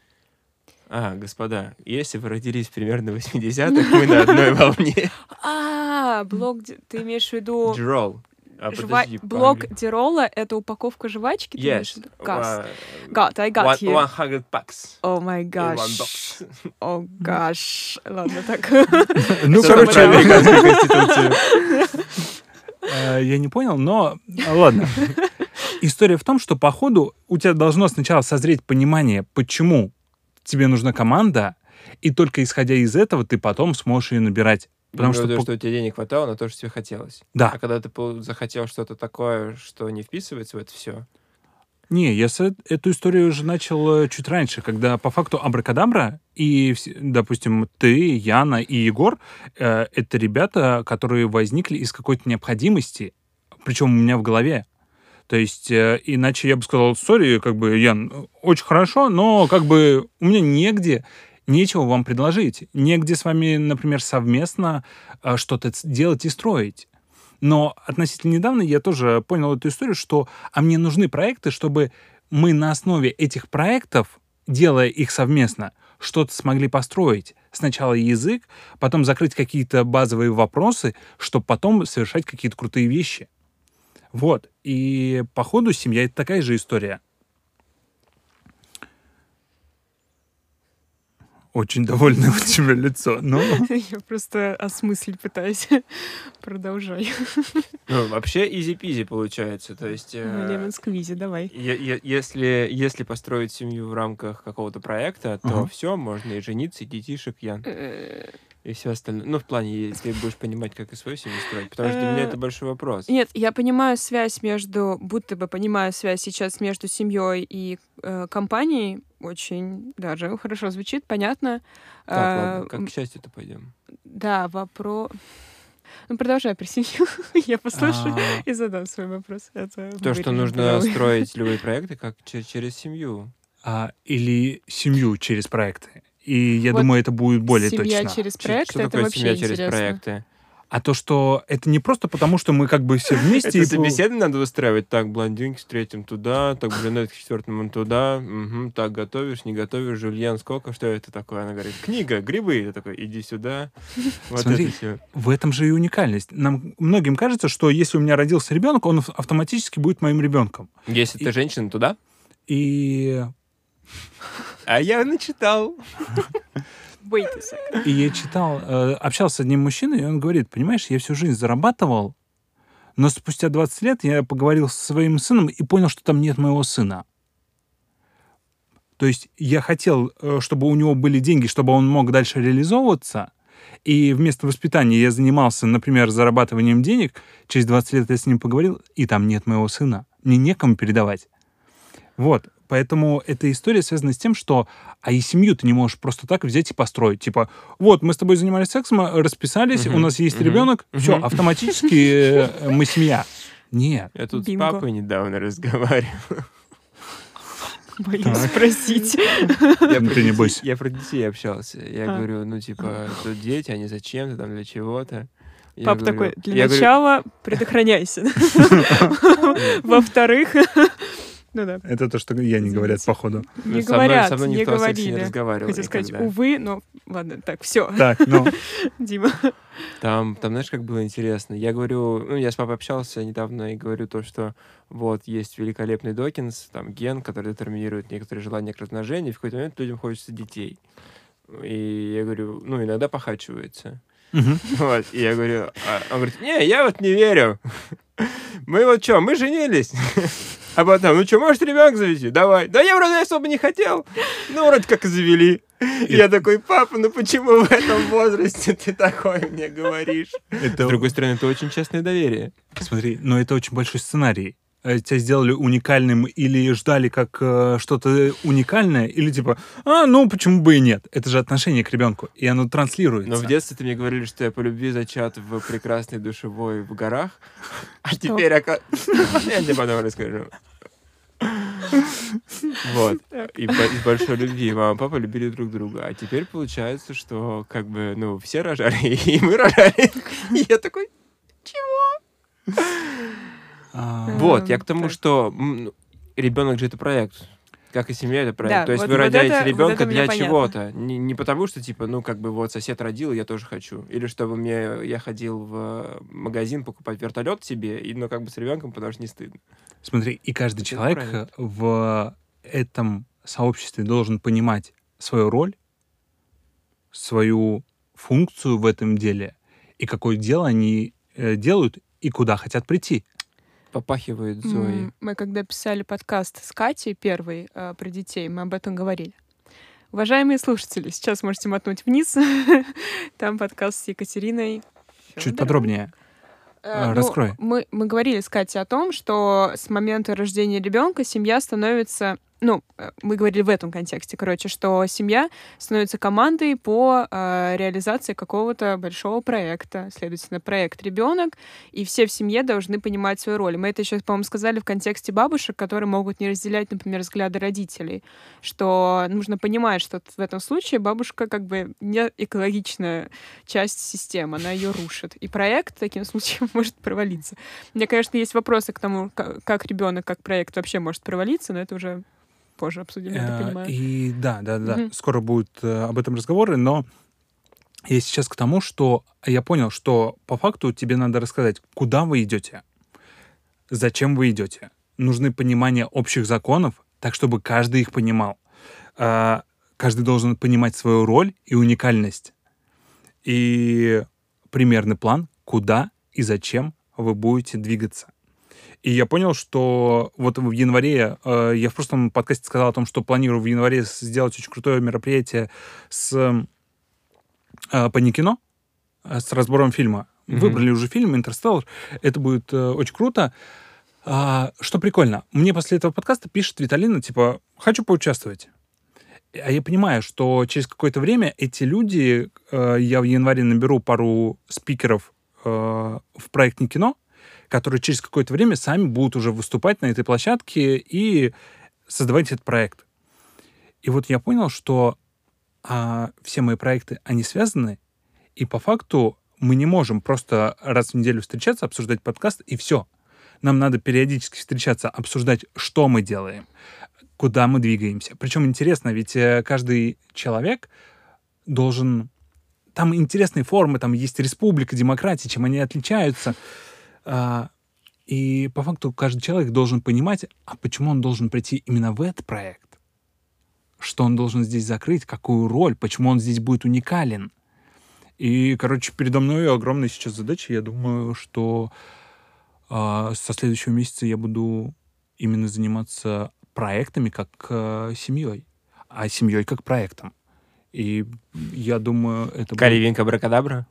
[SPEAKER 2] А, господа, если вы родились примерно в восьмидесятых, мы на одной волне.
[SPEAKER 1] А, блок... ди- Ты имеешь в виду...
[SPEAKER 2] Дирол. А,
[SPEAKER 1] жва-
[SPEAKER 2] подожди,
[SPEAKER 1] Блок
[SPEAKER 2] по-англи-
[SPEAKER 1] Дирола — это упаковка жвачки? Ты имеешь в
[SPEAKER 2] Yes.
[SPEAKER 1] виду? Газ.
[SPEAKER 2] Uh,
[SPEAKER 1] Got, I got
[SPEAKER 2] one-
[SPEAKER 1] you.
[SPEAKER 2] one hundred bucks.
[SPEAKER 1] О май
[SPEAKER 2] In one
[SPEAKER 1] гаш.
[SPEAKER 2] box.
[SPEAKER 1] О гаш. Ладно, так.
[SPEAKER 3] Ну,
[SPEAKER 1] Всё,
[SPEAKER 3] короче,
[SPEAKER 1] понятно.
[SPEAKER 2] американскую конституцию.
[SPEAKER 3] э, я не понял, но э, ладно. История в том, что по ходу у тебя должно сначала созреть понимание, почему тебе нужна команда, и только исходя из этого ты потом сможешь ее набирать. Потому
[SPEAKER 2] Потому
[SPEAKER 3] что,
[SPEAKER 2] что,
[SPEAKER 3] по-
[SPEAKER 2] что у тебя денег хватало на то, что тебе хотелось.
[SPEAKER 3] Да.
[SPEAKER 2] А когда ты пол- захотел что-то такое, что не вписывается в это все,
[SPEAKER 3] Не, я с- эту историю уже начал э, чуть раньше, когда по факту Абракадабра и, вс- допустим, ты, Яна и Егор э, — это ребята, которые возникли из какой-то необходимости, причем у меня в голове. То есть, э, иначе я бы сказал, сори, как бы, Ян, очень хорошо, но как бы у меня негде, нечего вам предложить. Негде с вами, например, совместно э, что-то ц- делать и строить. Но относительно недавно я тоже понял эту историю, что а мне нужны проекты, чтобы мы на основе этих проектов, делая их совместно, что-то смогли построить. Сначала язык, потом закрыть какие-то базовые вопросы, чтобы потом совершать какие-то крутые вещи. Вот. И по ходу семья — это такая же история. Очень довольное у тебя лицо. Но...
[SPEAKER 1] Я просто осмыслить пытаюсь. Продолжай.
[SPEAKER 2] Ну, вообще изи-пизи получается. То есть...
[SPEAKER 1] Лемон сквизи, давай.
[SPEAKER 2] е- е- Если, если построить семью в рамках какого-то проекта, то
[SPEAKER 3] Ага.
[SPEAKER 2] все, можно и жениться, и детишек, Ян,
[SPEAKER 1] Э,
[SPEAKER 2] и все остальное. Ну, в плане, ты будешь понимать, как и свою семью строить. Потому что для меня это большой вопрос.
[SPEAKER 1] Нет, я понимаю связь между, будто бы понимаю связь сейчас между семьей и э, компанией. Очень даже хорошо звучит, понятно.
[SPEAKER 2] Так,
[SPEAKER 1] А,
[SPEAKER 2] ладно, как
[SPEAKER 1] м,
[SPEAKER 2] к счастью-то пойдем.
[SPEAKER 1] Да, вопрос... Ну, продолжай про семью. Я послушаю
[SPEAKER 3] А,
[SPEAKER 1] и задам свой вопрос. Это
[SPEAKER 2] То, что
[SPEAKER 1] вырежем,
[SPEAKER 2] нужно
[SPEAKER 1] пожалуй.
[SPEAKER 2] строить любые проекты как че- через семью.
[SPEAKER 3] а, Или семью через проекты. И я
[SPEAKER 1] Вот
[SPEAKER 3] думаю, это будет более
[SPEAKER 1] семья
[SPEAKER 3] точно.
[SPEAKER 1] через
[SPEAKER 2] Че-
[SPEAKER 1] проект,
[SPEAKER 2] Что
[SPEAKER 1] это
[SPEAKER 2] такое
[SPEAKER 1] вообще
[SPEAKER 2] семья через
[SPEAKER 1] интересно.
[SPEAKER 2] проекты?
[SPEAKER 3] А то, что это не просто потому, что мы как бы все вместе...
[SPEAKER 2] Это
[SPEAKER 3] и по-
[SPEAKER 2] собеседование надо устраивать. Так, блондинки с третьим туда, так, брюнетки с четвертым он туда. Мгм, так, готовишь, не готовишь, жульен, сколько, что это такое? Она говорит, книга, грибы. Я такой, иди сюда. Вот
[SPEAKER 3] Смотри,
[SPEAKER 2] это все.
[SPEAKER 3] В этом же и уникальность. Нам многим кажется, что если у меня родился ребенок, он ав- автоматически будет моим ребенком.
[SPEAKER 2] Если
[SPEAKER 3] И-
[SPEAKER 2] ты женщина, туда?
[SPEAKER 3] И,
[SPEAKER 2] А я начитал.
[SPEAKER 1] Wait a second.
[SPEAKER 3] и я читал, э, общался с одним мужчиной, и он говорит, понимаешь, я всю жизнь зарабатывал, но спустя двадцать лет я поговорил со своим сыном и понял, что там нет моего сына. То есть я хотел, э, чтобы у него были деньги, чтобы он мог дальше реализовываться, и вместо воспитания я занимался, например, зарабатыванием денег. Через двадцать лет я с ним поговорил, и там нет моего сына. Мне некому передавать. Вот. Поэтому эта история связана с тем, что а и семью ты не можешь просто так взять и построить. Типа, вот, мы с тобой занимались сексом, расписались,
[SPEAKER 2] Мгм,
[SPEAKER 3] у нас есть
[SPEAKER 2] мгм,
[SPEAKER 3] ребенок, все,
[SPEAKER 2] мгм.
[SPEAKER 3] автоматически э, мы семья. Нет.
[SPEAKER 2] Я тут
[SPEAKER 1] Бинго.
[SPEAKER 2] с папой недавно разговаривал.
[SPEAKER 1] Боюсь
[SPEAKER 3] Так.
[SPEAKER 1] спросить.
[SPEAKER 2] Я
[SPEAKER 3] Ну,
[SPEAKER 2] про
[SPEAKER 3] ты не
[SPEAKER 2] детей-
[SPEAKER 3] бойся.
[SPEAKER 2] Я про детей общался. Я
[SPEAKER 1] А.
[SPEAKER 2] говорю, ну, типа, тут дети, они зачем-то, там, для чего-то. Я
[SPEAKER 1] Папа
[SPEAKER 2] говорю-
[SPEAKER 1] такой, для
[SPEAKER 2] я говорю,
[SPEAKER 1] начала предохраняйся. Во-вторых, ну да,
[SPEAKER 3] Это то, что я не говорят,
[SPEAKER 1] Извините.
[SPEAKER 3] походу.
[SPEAKER 1] не
[SPEAKER 2] со мной-
[SPEAKER 1] говорят,
[SPEAKER 2] со мной
[SPEAKER 1] не
[SPEAKER 2] никто о сексе не
[SPEAKER 1] говорили.
[SPEAKER 2] разговаривал
[SPEAKER 1] Хотел сказать,
[SPEAKER 2] никогда.
[SPEAKER 1] увы, но ладно, так, все,
[SPEAKER 3] Так, ну,
[SPEAKER 1] Дима.
[SPEAKER 2] Там, там, знаешь, как было интересно? Я говорю, ну, я с папой общался недавно и говорю то, что вот есть великолепный Докинс, там, ген, который детерминирует некоторые желания к размножению, и в какой-то момент людям хочется детей. И я говорю, ну, иногда похачивается.
[SPEAKER 3] мгм.
[SPEAKER 2] Вот, и я говорю, а он говорит, не, я вот не верю. Мы вот что, мы женились. А потом, ну что, можешь ребенка завести? Давай. Да я вроде особо не хотел. Ну, вроде как и завели. И я такой, папа, ну почему в этом возрасте ты такое мне говоришь?
[SPEAKER 3] Это,
[SPEAKER 2] С другой стороны, это очень честное доверие.
[SPEAKER 3] смотри, но это очень большой сценарий. Э, Тебя сделали уникальным или ждали как э, что-то уникальное, или типа, а, ну почему бы и нет? Это же отношение к ребенку, и оно транслируется.
[SPEAKER 2] Но в детстве ты мне говорили, что я по любви зачат в прекрасной душевой в горах. А
[SPEAKER 1] Что?
[SPEAKER 2] теперь, ока- я тебе потом расскажу. Вот. И по- из большой любви мама и папа любили друг друга. А теперь получается, что как бы, ну, все рожали, и мы рожали. И я такой,
[SPEAKER 3] А,
[SPEAKER 2] вот, я
[SPEAKER 1] Эм,
[SPEAKER 2] к тому,
[SPEAKER 1] так.
[SPEAKER 2] что ребенок же это проект. Как и семья, это проект.
[SPEAKER 1] Да,
[SPEAKER 2] То есть
[SPEAKER 1] вот-
[SPEAKER 2] вы
[SPEAKER 1] вот
[SPEAKER 2] рожаете
[SPEAKER 1] это- вот
[SPEAKER 2] ребенка
[SPEAKER 1] это мне
[SPEAKER 2] для
[SPEAKER 1] понятно.
[SPEAKER 2] чего-то. Не, не потому, что, типа, ну, как бы вот сосед родил, и я тоже хочу. Или чтобы мне я ходил в магазин покупать вертолет себе, и, ну, как бы с ребенком, потому что не стыдно.
[SPEAKER 3] Смотри, и каждый
[SPEAKER 2] Это
[SPEAKER 3] человек
[SPEAKER 2] проект.
[SPEAKER 3] в этом сообществе должен понимать свою роль, свою функцию в этом деле, и какое дело они э, делают, и куда хотят прийти.
[SPEAKER 2] Попахивает Зои.
[SPEAKER 1] М, Мы когда писали подкаст с Катей первый э, про детей, мы об этом говорили. Уважаемые слушатели, сейчас можете мотнуть вниз. Там подкаст с Екатериной.
[SPEAKER 3] Чуть подробнее.
[SPEAKER 1] Э,
[SPEAKER 3] А,
[SPEAKER 1] ну,
[SPEAKER 3] раскрой.
[SPEAKER 1] Мы, мы говорили с Катей о том, что с момента рождения ребенка семья становится... Ну, э, мы говорили в этом контексте, короче, что семья становится командой по э, реализации какого-то большого проекта. Следовательно, проект ребенок, и все в семье должны понимать свою роль. Мы это еще, по-моему, сказали в контексте бабушек, которые могут не разделять, например, взгляды родителей, что нужно понимать, что в этом случае бабушка как бы не экологичная часть системы, она ее рушит. И проект таким случаем может провалиться. Мне, конечно, есть вопросы к тому, ка- как ребенок, как проект вообще может провалиться, но это уже позже обсудим, я так
[SPEAKER 3] Э,
[SPEAKER 1] понимаю.
[SPEAKER 3] И да, да, да,
[SPEAKER 1] Мгм.
[SPEAKER 3] скоро будут э, об этом разговоры, но я сейчас к тому, что я понял, что по факту тебе надо рассказать, куда вы идете, зачем вы идете. Нужны понимание общих законов, так чтобы каждый их понимал. А, каждый должен понимать свою роль и уникальность. И примерный план, куда и зачем вы будете двигаться. И я понял, что вот в январе, э, я в прошлом подкасте сказал о том, что планирую в январе сделать очень крутое мероприятие с э, Паникино, э, с разбором фильма. Mm-hmm. Выбрали уже фильм «Интерстеллар». Это будет э, очень круто. А, что прикольно, мне после этого подкаста пишет Виталина, типа, хочу поучаствовать. А я понимаю, что через какое-то время эти люди, э, я в январе наберу пару спикеров э, в проект «Не кино», которые через какое-то время сами будут уже выступать на этой площадке и создавать этот проект. И вот я понял, что а, все мои проекты, они связаны, и по факту мы не можем просто раз в неделю встречаться, обсуждать подкаст, и все. Нам надо периодически встречаться, обсуждать, что мы делаем, куда мы двигаемся. Причем интересно, ведь каждый человек должен... Там интересные формы, там есть республика, демократия, чем они отличаются. И по факту каждый человек должен понимать, а почему он должен прийти именно в этот проект, что он должен здесь закрыть, какую роль, почему он здесь будет уникален. И, короче, передо мной огромная сейчас задача. Я думаю, что э, со следующего месяца я буду именно заниматься проектами как э, семьей, а семьей как проектом. И я думаю, это...
[SPEAKER 2] Каливинка Абракадабра?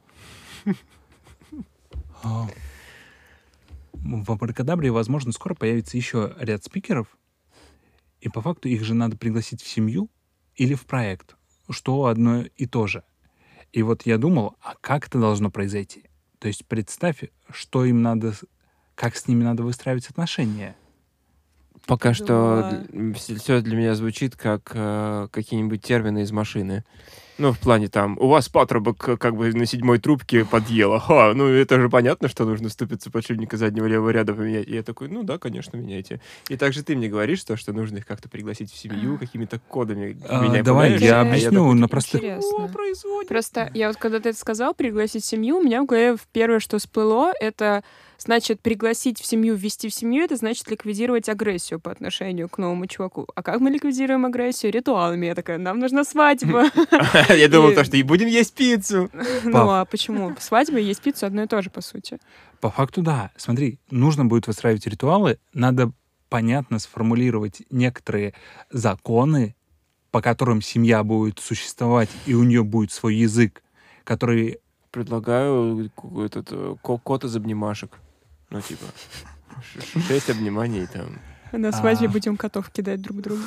[SPEAKER 3] В Абракадабре, возможно, скоро появится еще ряд спикеров, и по факту их же надо пригласить в семью или в проект, что одно и то же. И вот я думал, а как это должно произойти? То есть представь, что им надо, как с ними надо выстраивать отношения.
[SPEAKER 2] Пока
[SPEAKER 1] Думала...
[SPEAKER 2] что все для меня звучит как э, какие-нибудь термины из машины. Ну, в плане там, у вас патрубок как бы на седьмой трубке подъело. Ха, ну это же понятно, что нужно вступиться подшипника заднего левого ряда поменять. И я такой, ну да, конечно, меняйте. И также ты мне говоришь, то, что нужно их как-то пригласить в семью, какими-то кодами.
[SPEAKER 3] А,
[SPEAKER 2] меня
[SPEAKER 3] давай
[SPEAKER 2] пугаешь,
[SPEAKER 3] я
[SPEAKER 2] а
[SPEAKER 3] объясню
[SPEAKER 2] такой,
[SPEAKER 3] на
[SPEAKER 2] типа,
[SPEAKER 3] простых...
[SPEAKER 1] Интересно.
[SPEAKER 2] происходит?
[SPEAKER 1] Просто я вот когда ты это сказал, пригласить семью, у меня в голове первое, что всплыло, это значит пригласить в семью, ввести в семью, это значит ликвидировать агрессию по отношению к новому чуваку. А как мы ликвидируем агрессию? Ритуалами. Я такая, нам нужна свадьба.
[SPEAKER 2] Я думал, то, что и будем есть пиццу.
[SPEAKER 1] Ну а почему? Свадьба и есть пиццу одно и то же, по сути.
[SPEAKER 3] По факту, да. Смотри, нужно будет выстраивать ритуалы, надо понятно сформулировать некоторые законы, по которым семья будет существовать, и у нее будет свой язык, который...
[SPEAKER 2] Предлагаю этот код из обнимашек. Ну, типа, шесть обниманий там.
[SPEAKER 1] На свадьбе будем котов кидать друг другу.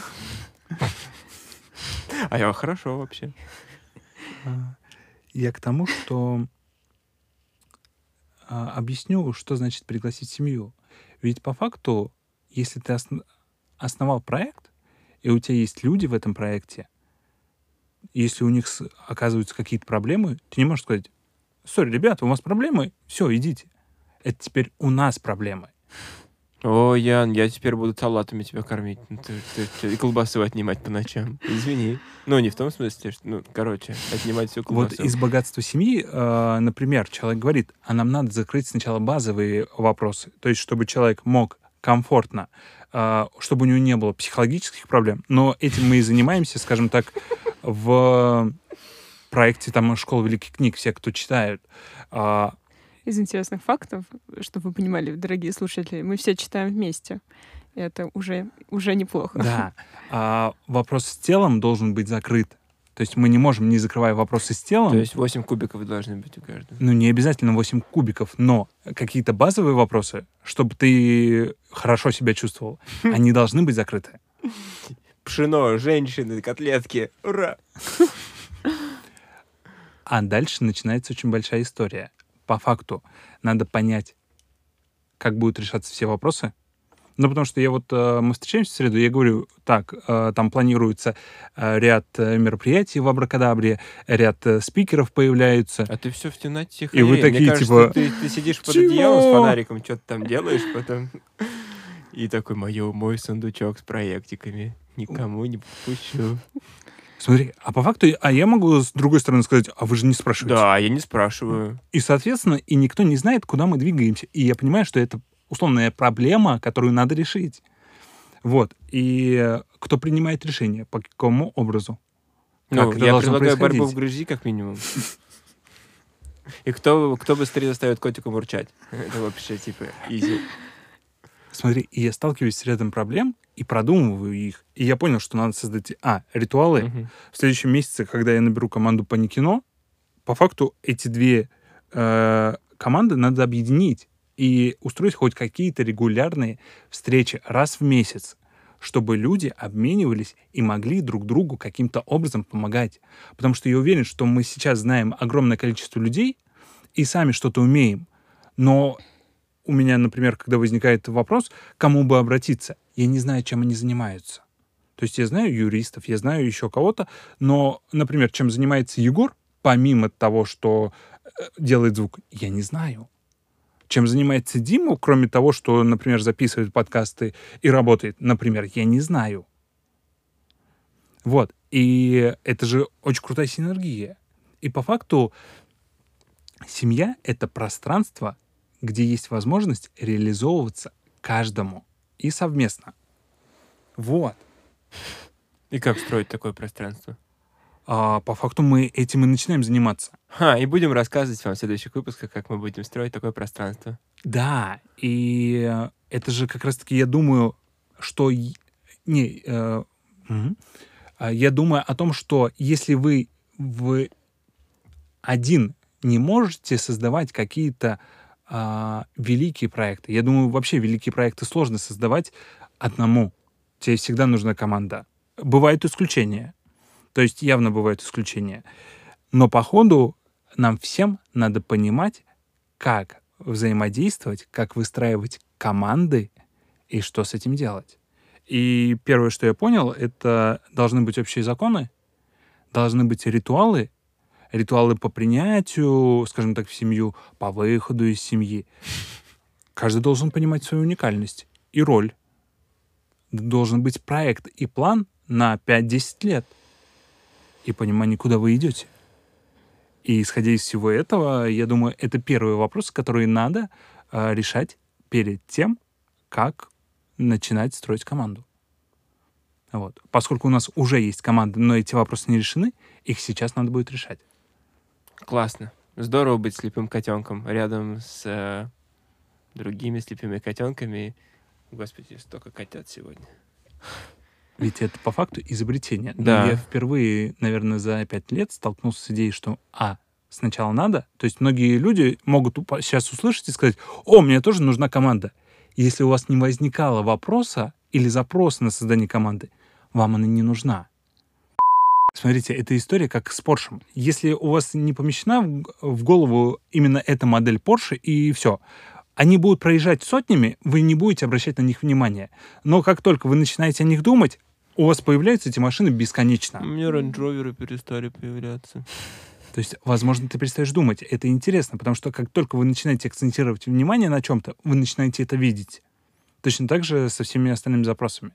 [SPEAKER 2] А я хорошо вообще.
[SPEAKER 3] Я к тому, что а, объясню, что значит пригласить семью. Ведь по факту, если ты осно- основал проект, и у тебя есть люди в этом проекте, если у них с- оказываются какие-то проблемы, ты не можешь сказать, сори, ребята, у вас проблемы? Все, идите. Это теперь у нас проблемы.
[SPEAKER 2] О, Ян, я теперь буду салатами тебя кормить. Ну, ты, ты, ты, и колбасу отнимать по ночам. Извини. Ну, не в том смысле, что, ну, короче, отнимать всю колбасу.
[SPEAKER 3] Вот из богатства семьи, э, например, человек говорит, а нам надо закрыть сначала базовые вопросы. То есть, чтобы человек мог комфортно, э, чтобы у него не было психологических проблем. Но этим мы и занимаемся, скажем так, в проекте там «Школа великих книг», все, кто читают. Э,
[SPEAKER 1] Из интересных фактов, чтобы вы понимали, дорогие слушатели, мы все читаем вместе. Это уже, уже неплохо.
[SPEAKER 3] Да. А вопрос с телом должен быть закрыт. То есть мы не можем, не закрывая вопросы с телом...
[SPEAKER 2] То есть восемь кубиков должны быть у каждого.
[SPEAKER 3] Ну, не обязательно восемь кубиков, но какие-то базовые вопросы, чтобы ты хорошо себя чувствовал, они должны быть закрыты.
[SPEAKER 2] Пшено, женщины, котлетки. Ура!
[SPEAKER 3] А дальше начинается очень большая история. По факту надо понять, как будут решаться все вопросы. Ну, потому что я вот, э, мы встречаемся в среду, я говорю, так, э, там планируется э, ряд э, мероприятий в Абракадабре, ряд э, спикеров появляются.
[SPEAKER 2] А ты все в темноте тихо.
[SPEAKER 3] И вы
[SPEAKER 2] Мне
[SPEAKER 3] такие,
[SPEAKER 2] кажется,
[SPEAKER 3] типа,
[SPEAKER 2] Ты, ты сидишь под
[SPEAKER 3] «Чего?»
[SPEAKER 2] одеялом с фонариком, что-то там делаешь, потом... И такой, мой, мой сундучок с проектиками. Никому не подпущу.
[SPEAKER 3] Смотри, а по факту, а я могу с другой стороны сказать, а вы же не спрашиваете.
[SPEAKER 2] Да, я не спрашиваю.
[SPEAKER 3] И, соответственно, и никто не знает, куда мы двигаемся. И я понимаю, что это условная проблема, которую надо решить. Вот. И кто принимает решение? По какому образу?
[SPEAKER 2] Ну,
[SPEAKER 3] Как это
[SPEAKER 2] я
[SPEAKER 3] должно
[SPEAKER 2] предлагаю борьбу в
[SPEAKER 3] происходить?
[SPEAKER 2] грязи, как минимум. И кто, кто быстрее заставит котиком урчать. Это вообще, типа, изи.
[SPEAKER 3] Смотри, и я сталкиваюсь с рядом проблем и продумываю их. И я понял, что надо создать, а, ритуалы.
[SPEAKER 2] Мгм.
[SPEAKER 3] В следующем месяце, когда я наберу команду по Никино, по факту эти две э, команды надо объединить и устроить хоть какие-то регулярные встречи раз в месяц, чтобы люди обменивались и могли друг другу каким-то образом помогать. Потому что я уверен, что мы сейчас знаем огромное количество людей и сами что-то умеем. Но у меня, например, когда возникает вопрос, к кому бы обратиться, я не знаю, чем они занимаются. То есть я знаю юристов, я знаю еще кого-то, но, например, чем занимается Егор, помимо того, что э, делает звук, я не знаю. Чем занимается Дима, кроме того, что, например, записывает подкасты и работает, например, я не знаю. Вот. И это же очень крутая синергия. И по факту семья — это пространство, где есть возможность реализовываться каждому и совместно. Вот.
[SPEAKER 2] И как строить такое пространство?
[SPEAKER 3] А по факту мы этим и начинаем заниматься.
[SPEAKER 2] Ха, и будем рассказывать вам в следующих выпусках, как мы будем строить такое пространство.
[SPEAKER 3] Да, и э, это же как раз-таки, я думаю, что... и- Не, э, мгм. А я думаю о том, что если вы в один не можете создавать какие-то а, великие проекты, я думаю, вообще великие проекты сложно создавать одному. Тебе всегда нужна команда. Бывают исключения. То есть явно бывают исключения. Но по ходу нам всем надо понимать, как взаимодействовать, как выстраивать команды и что с этим делать. И первое, что я понял, это должны быть общие законы, должны быть ритуалы, ритуалы по принятию, скажем так, в семью, по выходу из семьи. Каждый должен понимать свою уникальность и роль. Должен быть проект и план на пять-десять лет. И понимание, куда вы идете. И исходя из всего этого, я думаю, это первый вопрос, который надо э, решать перед тем, как начинать строить команду. Вот. Поскольку у нас уже есть команда, но эти вопросы не решены, их сейчас надо будет решать.
[SPEAKER 2] Классно. Здорово быть слепым котенком рядом с э, другими слепыми котенками. Господи, столько котят сегодня.
[SPEAKER 3] Ведь это по факту изобретение. Но
[SPEAKER 2] Да.
[SPEAKER 3] я впервые, наверное, за пять лет столкнулся с идеей, что а, сначала надо. То есть многие люди могут упа- сейчас услышать и сказать: о, мне тоже нужна команда. Если у вас не возникало вопроса или запроса на создание команды, вам она не нужна. Смотрите, это история как с Porsche. Если у вас не помещена в г- в голову именно эта модель Porsche, и все, они будут проезжать сотнями, вы не будете обращать на них внимания. Но как только вы начинаете о них думать, у вас появляются эти машины бесконечно.
[SPEAKER 2] У меня рейндж-роверы перестали появляться.
[SPEAKER 3] То есть, возможно, ты перестаешь думать. Это интересно, потому что как только вы начинаете акцентировать внимание на чем-то, вы начинаете это видеть. Точно так же со всеми остальными запросами.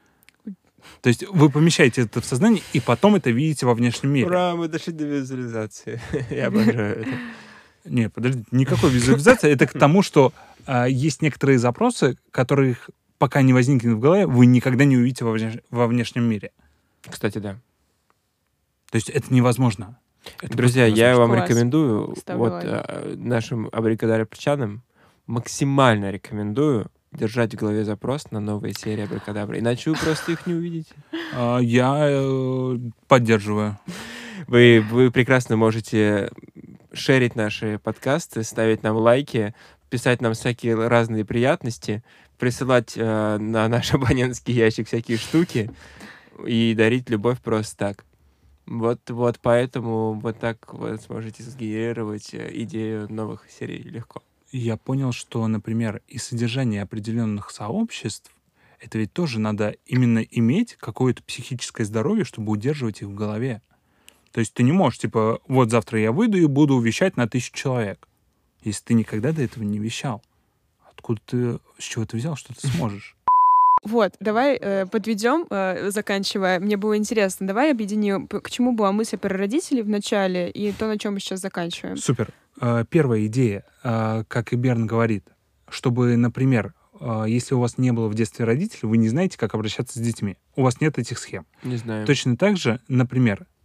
[SPEAKER 3] То есть вы помещаете это в сознание, и потом это видите во внешнем мире.
[SPEAKER 2] Ура, мы дошли до визуализации. Я обожаю это.
[SPEAKER 3] Не, подожди, никакой визуализации. Это к тому, что а, есть некоторые запросы, которых пока не возникнет в голове, вы никогда не увидите во, внеш- во внешнем мире.
[SPEAKER 2] Кстати, да.
[SPEAKER 3] То есть это невозможно. Это
[SPEAKER 2] Друзья,
[SPEAKER 3] просто
[SPEAKER 2] я
[SPEAKER 3] невозможно.
[SPEAKER 2] вам
[SPEAKER 1] Класс.
[SPEAKER 2] рекомендую,
[SPEAKER 1] Ставлю
[SPEAKER 2] вот
[SPEAKER 1] лайк.
[SPEAKER 2] а, нашим абракадарапчанам максимально рекомендую держать в голове запрос на новые серии Абракадабры, иначе вы просто их не увидите.
[SPEAKER 3] А, я э, поддерживаю.
[SPEAKER 2] Вы, вы прекрасно можете шерить наши подкасты, ставить нам лайки, писать нам всякие разные приятности, присылать э, на наш абонентский ящик всякие штуки и дарить любовь просто так. Вот, вот поэтому вот так вот сможете сгенерировать э, идею новых серий легко.
[SPEAKER 3] Я понял, что, например, и содержание определенных сообществ, это ведь тоже надо именно иметь какое-то психическое здоровье, чтобы удерживать их в голове. То есть ты не можешь, типа, вот завтра я выйду и буду вещать на тысячу человек. Если ты никогда до этого не вещал. Откуда ты, с чего ты взял, что ты сможешь?
[SPEAKER 1] Вот, давай э, подведем, э, заканчивая. Мне было интересно. Давай объединим, п- к чему была мысль про родителей в начале и то, на чем мы сейчас заканчиваем.
[SPEAKER 3] Супер. Э, Первая идея, э, как и Берн говорит, чтобы, например, э, если у вас не было в детстве родителей, вы не знаете, как обращаться с детьми. У вас нет этих схем.
[SPEAKER 2] Не знаю.
[SPEAKER 3] Точно так же, например,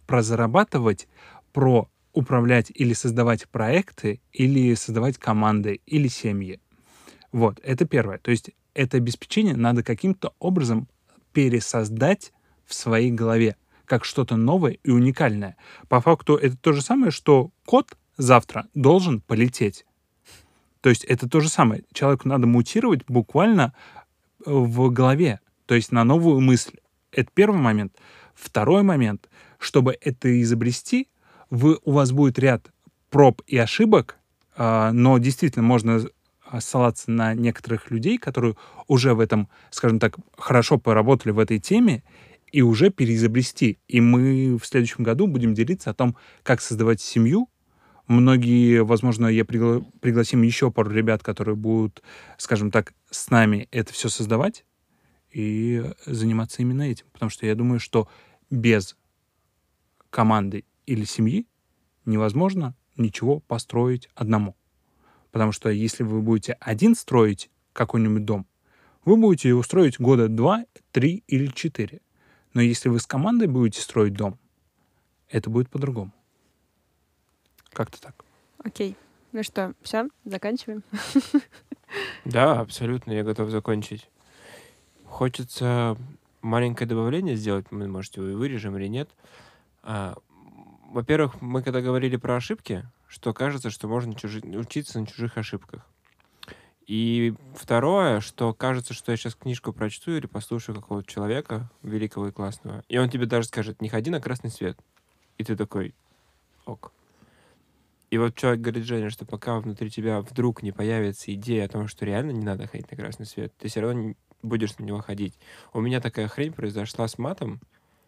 [SPEAKER 3] про зарабатывать, про управлять или создавать проекты, или создавать команды, или семьи. Вот, это первое. То есть это обеспечение надо каким-то образом пересоздать в своей голове, как что-то новое и уникальное. По факту это то же самое, что кот завтра должен полететь. То есть это то же самое. Человеку надо мутировать буквально в голове, то есть на новую мысль. Это первый момент. Второй момент, чтобы это изобрести, вы, у вас будет ряд проб и ошибок, э, но действительно можно ссылаться на некоторых людей, которые уже в этом, скажем так, хорошо поработали в этой теме и уже переизобрести. И мы в следующем году будем делиться о том, как создавать семью. Многие, возможно, я пригла- пригласим еще пару ребят, которые будут, скажем так, с нами это все создавать и заниматься именно этим. Потому что я думаю, что без команды или семьи невозможно ничего построить одному. Потому что если вы будете один строить какой-нибудь дом, вы будете его строить года два, три или четыре. Но если вы с командой будете строить дом, это будет по-другому. Как-то так.
[SPEAKER 1] Окей. Ну что, все, заканчиваем?
[SPEAKER 2] Да, абсолютно, я готов закончить. Хочется маленькое добавление сделать, мы, может, его и вырежем или нет. А, во-первых, мы когда говорили про ошибки, что кажется, что можно чужи- учиться на чужих ошибках. И второе, что кажется, что я сейчас книжку прочту или послушаю какого-то человека великого и классного, и он тебе даже скажет: не ходи на красный свет. И ты такой: ок. И вот человек говорит Женя, что пока внутри тебя вдруг не появится идея о том, что реально не надо ходить на красный свет, ты все равно не будешь на него ходить. У меня такая хрень произошла с матом,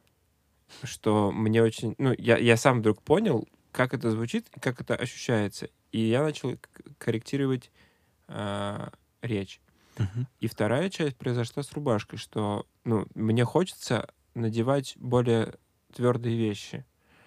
[SPEAKER 2] что мне очень... Ну, я, я сам вдруг понял, как это звучит и как это ощущается. И я начал к- корректировать а, речь.
[SPEAKER 3] Мгм.
[SPEAKER 2] И вторая часть произошла с рубашкой, что, ну, мне хочется надевать более твердые вещи.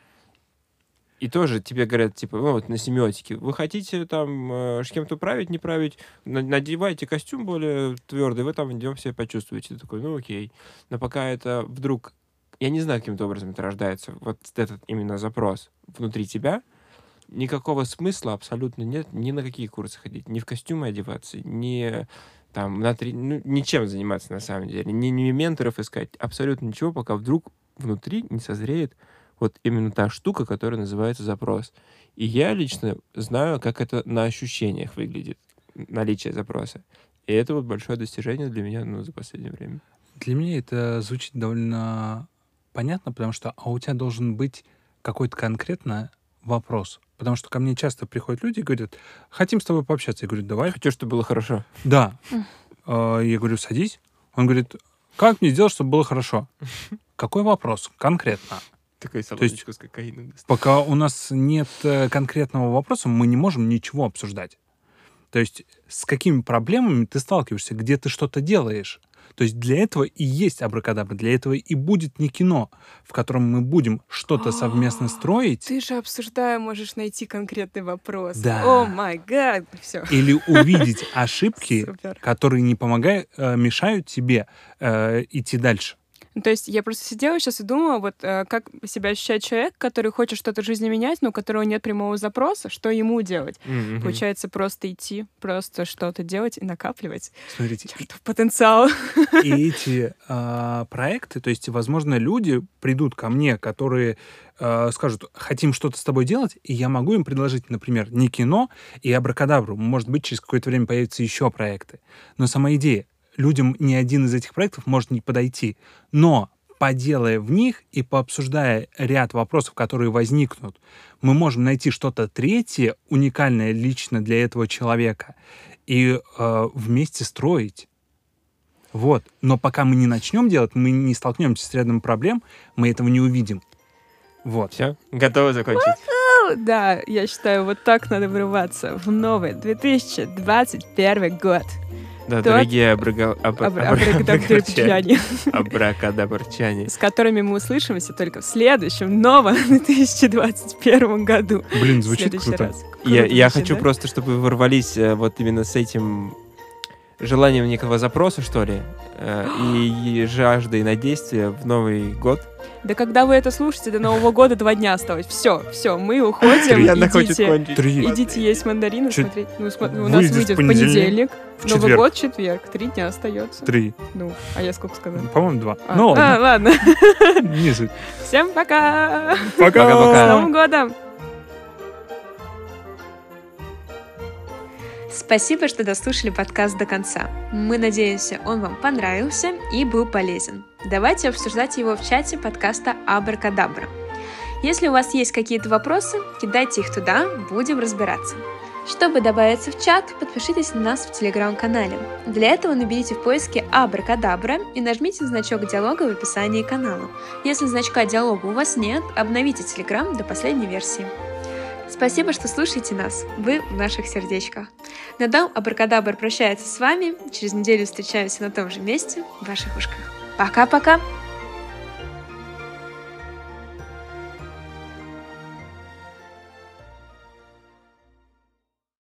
[SPEAKER 2] И тоже тебе говорят, типа, ну, вот на семиотике, вы хотите там э, с кем-то править, не править, на- надевайте костюм более твердый, вы там в нем себя почувствуете. Ты такой: ну окей. Но пока это вдруг, я не знаю, каким-то образом это рождается, вот этот именно запрос внутри тебя, никакого смысла абсолютно нет ни на какие курсы ходить, ни в костюмы одеваться, ни там на три, ну, ничем заниматься на самом деле, ни, ни менторов искать, абсолютно ничего, пока вдруг внутри не созреет вот именно та штука, которая называется запрос. И я лично знаю, как это на ощущениях выглядит, наличие запроса. И это вот большое достижение для меня, ну, за последнее время.
[SPEAKER 3] Для меня это звучит довольно понятно, потому что а у тебя должен быть какой-то конкретно вопрос. Потому что ко мне часто приходят люди и говорят: хотим с тобой пообщаться. Я говорю: давай.
[SPEAKER 2] Хочу, чтобы было хорошо.
[SPEAKER 3] Да. А, Я говорю: садись. Он говорит: как мне сделать, чтобы было хорошо? Какой вопрос конкретно?
[SPEAKER 2] Такая
[SPEAKER 3] есть-
[SPEAKER 2] солодочка с кокаином. достать.
[SPEAKER 3] Пока у нас нет э, конкретного вопроса, мы не можем ничего обсуждать. То есть с какими проблемами ты сталкиваешься, где ты что-то делаешь. То есть для этого и есть абракадабра, для этого и будет не кино, в котором мы будем что-то совместно строить
[SPEAKER 1] Ты же, обсуждая, можешь найти конкретный вопрос.
[SPEAKER 3] Да.
[SPEAKER 1] О май гад. Все.
[SPEAKER 3] или увидеть ошибки,
[SPEAKER 1] Супер.
[SPEAKER 3] которые не помогают, э, мешают тебе э, идти дальше.
[SPEAKER 1] Ну, то есть я просто сидела сейчас и думала, вот э, как себя ощущает человек, который хочет что-то в жизни менять, но у которого нет прямого запроса, что ему делать?
[SPEAKER 2] Мгм.
[SPEAKER 1] Получается, просто идти, просто что-то делать и накапливать.
[SPEAKER 3] Смотрите,
[SPEAKER 1] Чертов потенциал.
[SPEAKER 3] и эти а, проекты, то есть, возможно, люди придут ко мне, которые а, скажут: хотим что-то с тобой делать, и я могу им предложить, например, не кино и абракадабру. Может быть, через какое-то время появятся еще проекты. Но сама идея. Людям ни один из этих проектов может не подойти. Но, поделая в них и пообсуждая ряд вопросов, которые возникнут, мы можем найти что-то третье, уникальное лично для этого человека, и э, вместе строить. Вот. Но пока мы не начнем делать, мы не столкнемся с рядом проблем, мы этого не увидим. Вот.
[SPEAKER 2] Все, готовы закончить?
[SPEAKER 1] Ну, да, я считаю, вот так надо врываться в новый две тысячи двадцать первый год.
[SPEAKER 2] Да,
[SPEAKER 1] Тот-
[SPEAKER 2] дорогие абрага- аб-
[SPEAKER 1] Абра-
[SPEAKER 2] абракадабрчане.
[SPEAKER 1] абракадабрчане,
[SPEAKER 2] Абракадабрчане.
[SPEAKER 1] с которыми мы услышимся только в следующем новом две тысячи двадцать первом году.
[SPEAKER 3] Блин,
[SPEAKER 1] В
[SPEAKER 3] звучит
[SPEAKER 1] следующий
[SPEAKER 3] круто.
[SPEAKER 1] раз.
[SPEAKER 2] Я,
[SPEAKER 1] Круто
[SPEAKER 2] я
[SPEAKER 1] звучит,
[SPEAKER 2] хочу
[SPEAKER 1] да?
[SPEAKER 2] просто, чтобы вы ворвались э, вот именно с этим желанием некого запроса, что ли, э, и жаждой на действие в Новый год.
[SPEAKER 1] Да когда вы это слушаете, до Нового года два дня осталось. Все, все, мы уходим.
[SPEAKER 2] Яна хочет
[SPEAKER 1] Идите,
[SPEAKER 2] кончить.
[SPEAKER 3] Три.
[SPEAKER 1] идите есть мандарины,
[SPEAKER 3] Чет-
[SPEAKER 1] смотреть. Ну, смо- у нас
[SPEAKER 3] Выйдет в
[SPEAKER 1] выйдет в
[SPEAKER 3] понедельник,
[SPEAKER 1] понедельник,
[SPEAKER 3] в
[SPEAKER 1] Новый
[SPEAKER 3] четверг.
[SPEAKER 1] год, четверг. Три дня остается.
[SPEAKER 3] Три.
[SPEAKER 1] Ну, а я сколько сказала?
[SPEAKER 3] По-моему, два.
[SPEAKER 1] А,
[SPEAKER 3] Ну
[SPEAKER 1] а,
[SPEAKER 3] ладно,
[SPEAKER 1] ладно.
[SPEAKER 3] не суть.
[SPEAKER 1] Всем пока!
[SPEAKER 2] Пока-пока.
[SPEAKER 1] С Новым годом! Спасибо, что дослушали подкаст до конца. Мы надеемся, он вам понравился и был полезен. Давайте обсуждать его в чате подкаста Абракадабра. Если у вас есть какие-то вопросы, кидайте их туда, будем разбираться. Чтобы добавиться в чат, подпишитесь на нас в телеграм-канале. Для этого наберите в поиске Абракадабра и нажмите значок диалога в описании канала. Если значка диалога у вас нет, обновите телеграм до последней версии. Спасибо, что слушаете нас. Вы в наших сердечках. Надам Абракадабр прощается с вами. Через неделю встречаемся на том же месте в ваших ушках. Пока-пока!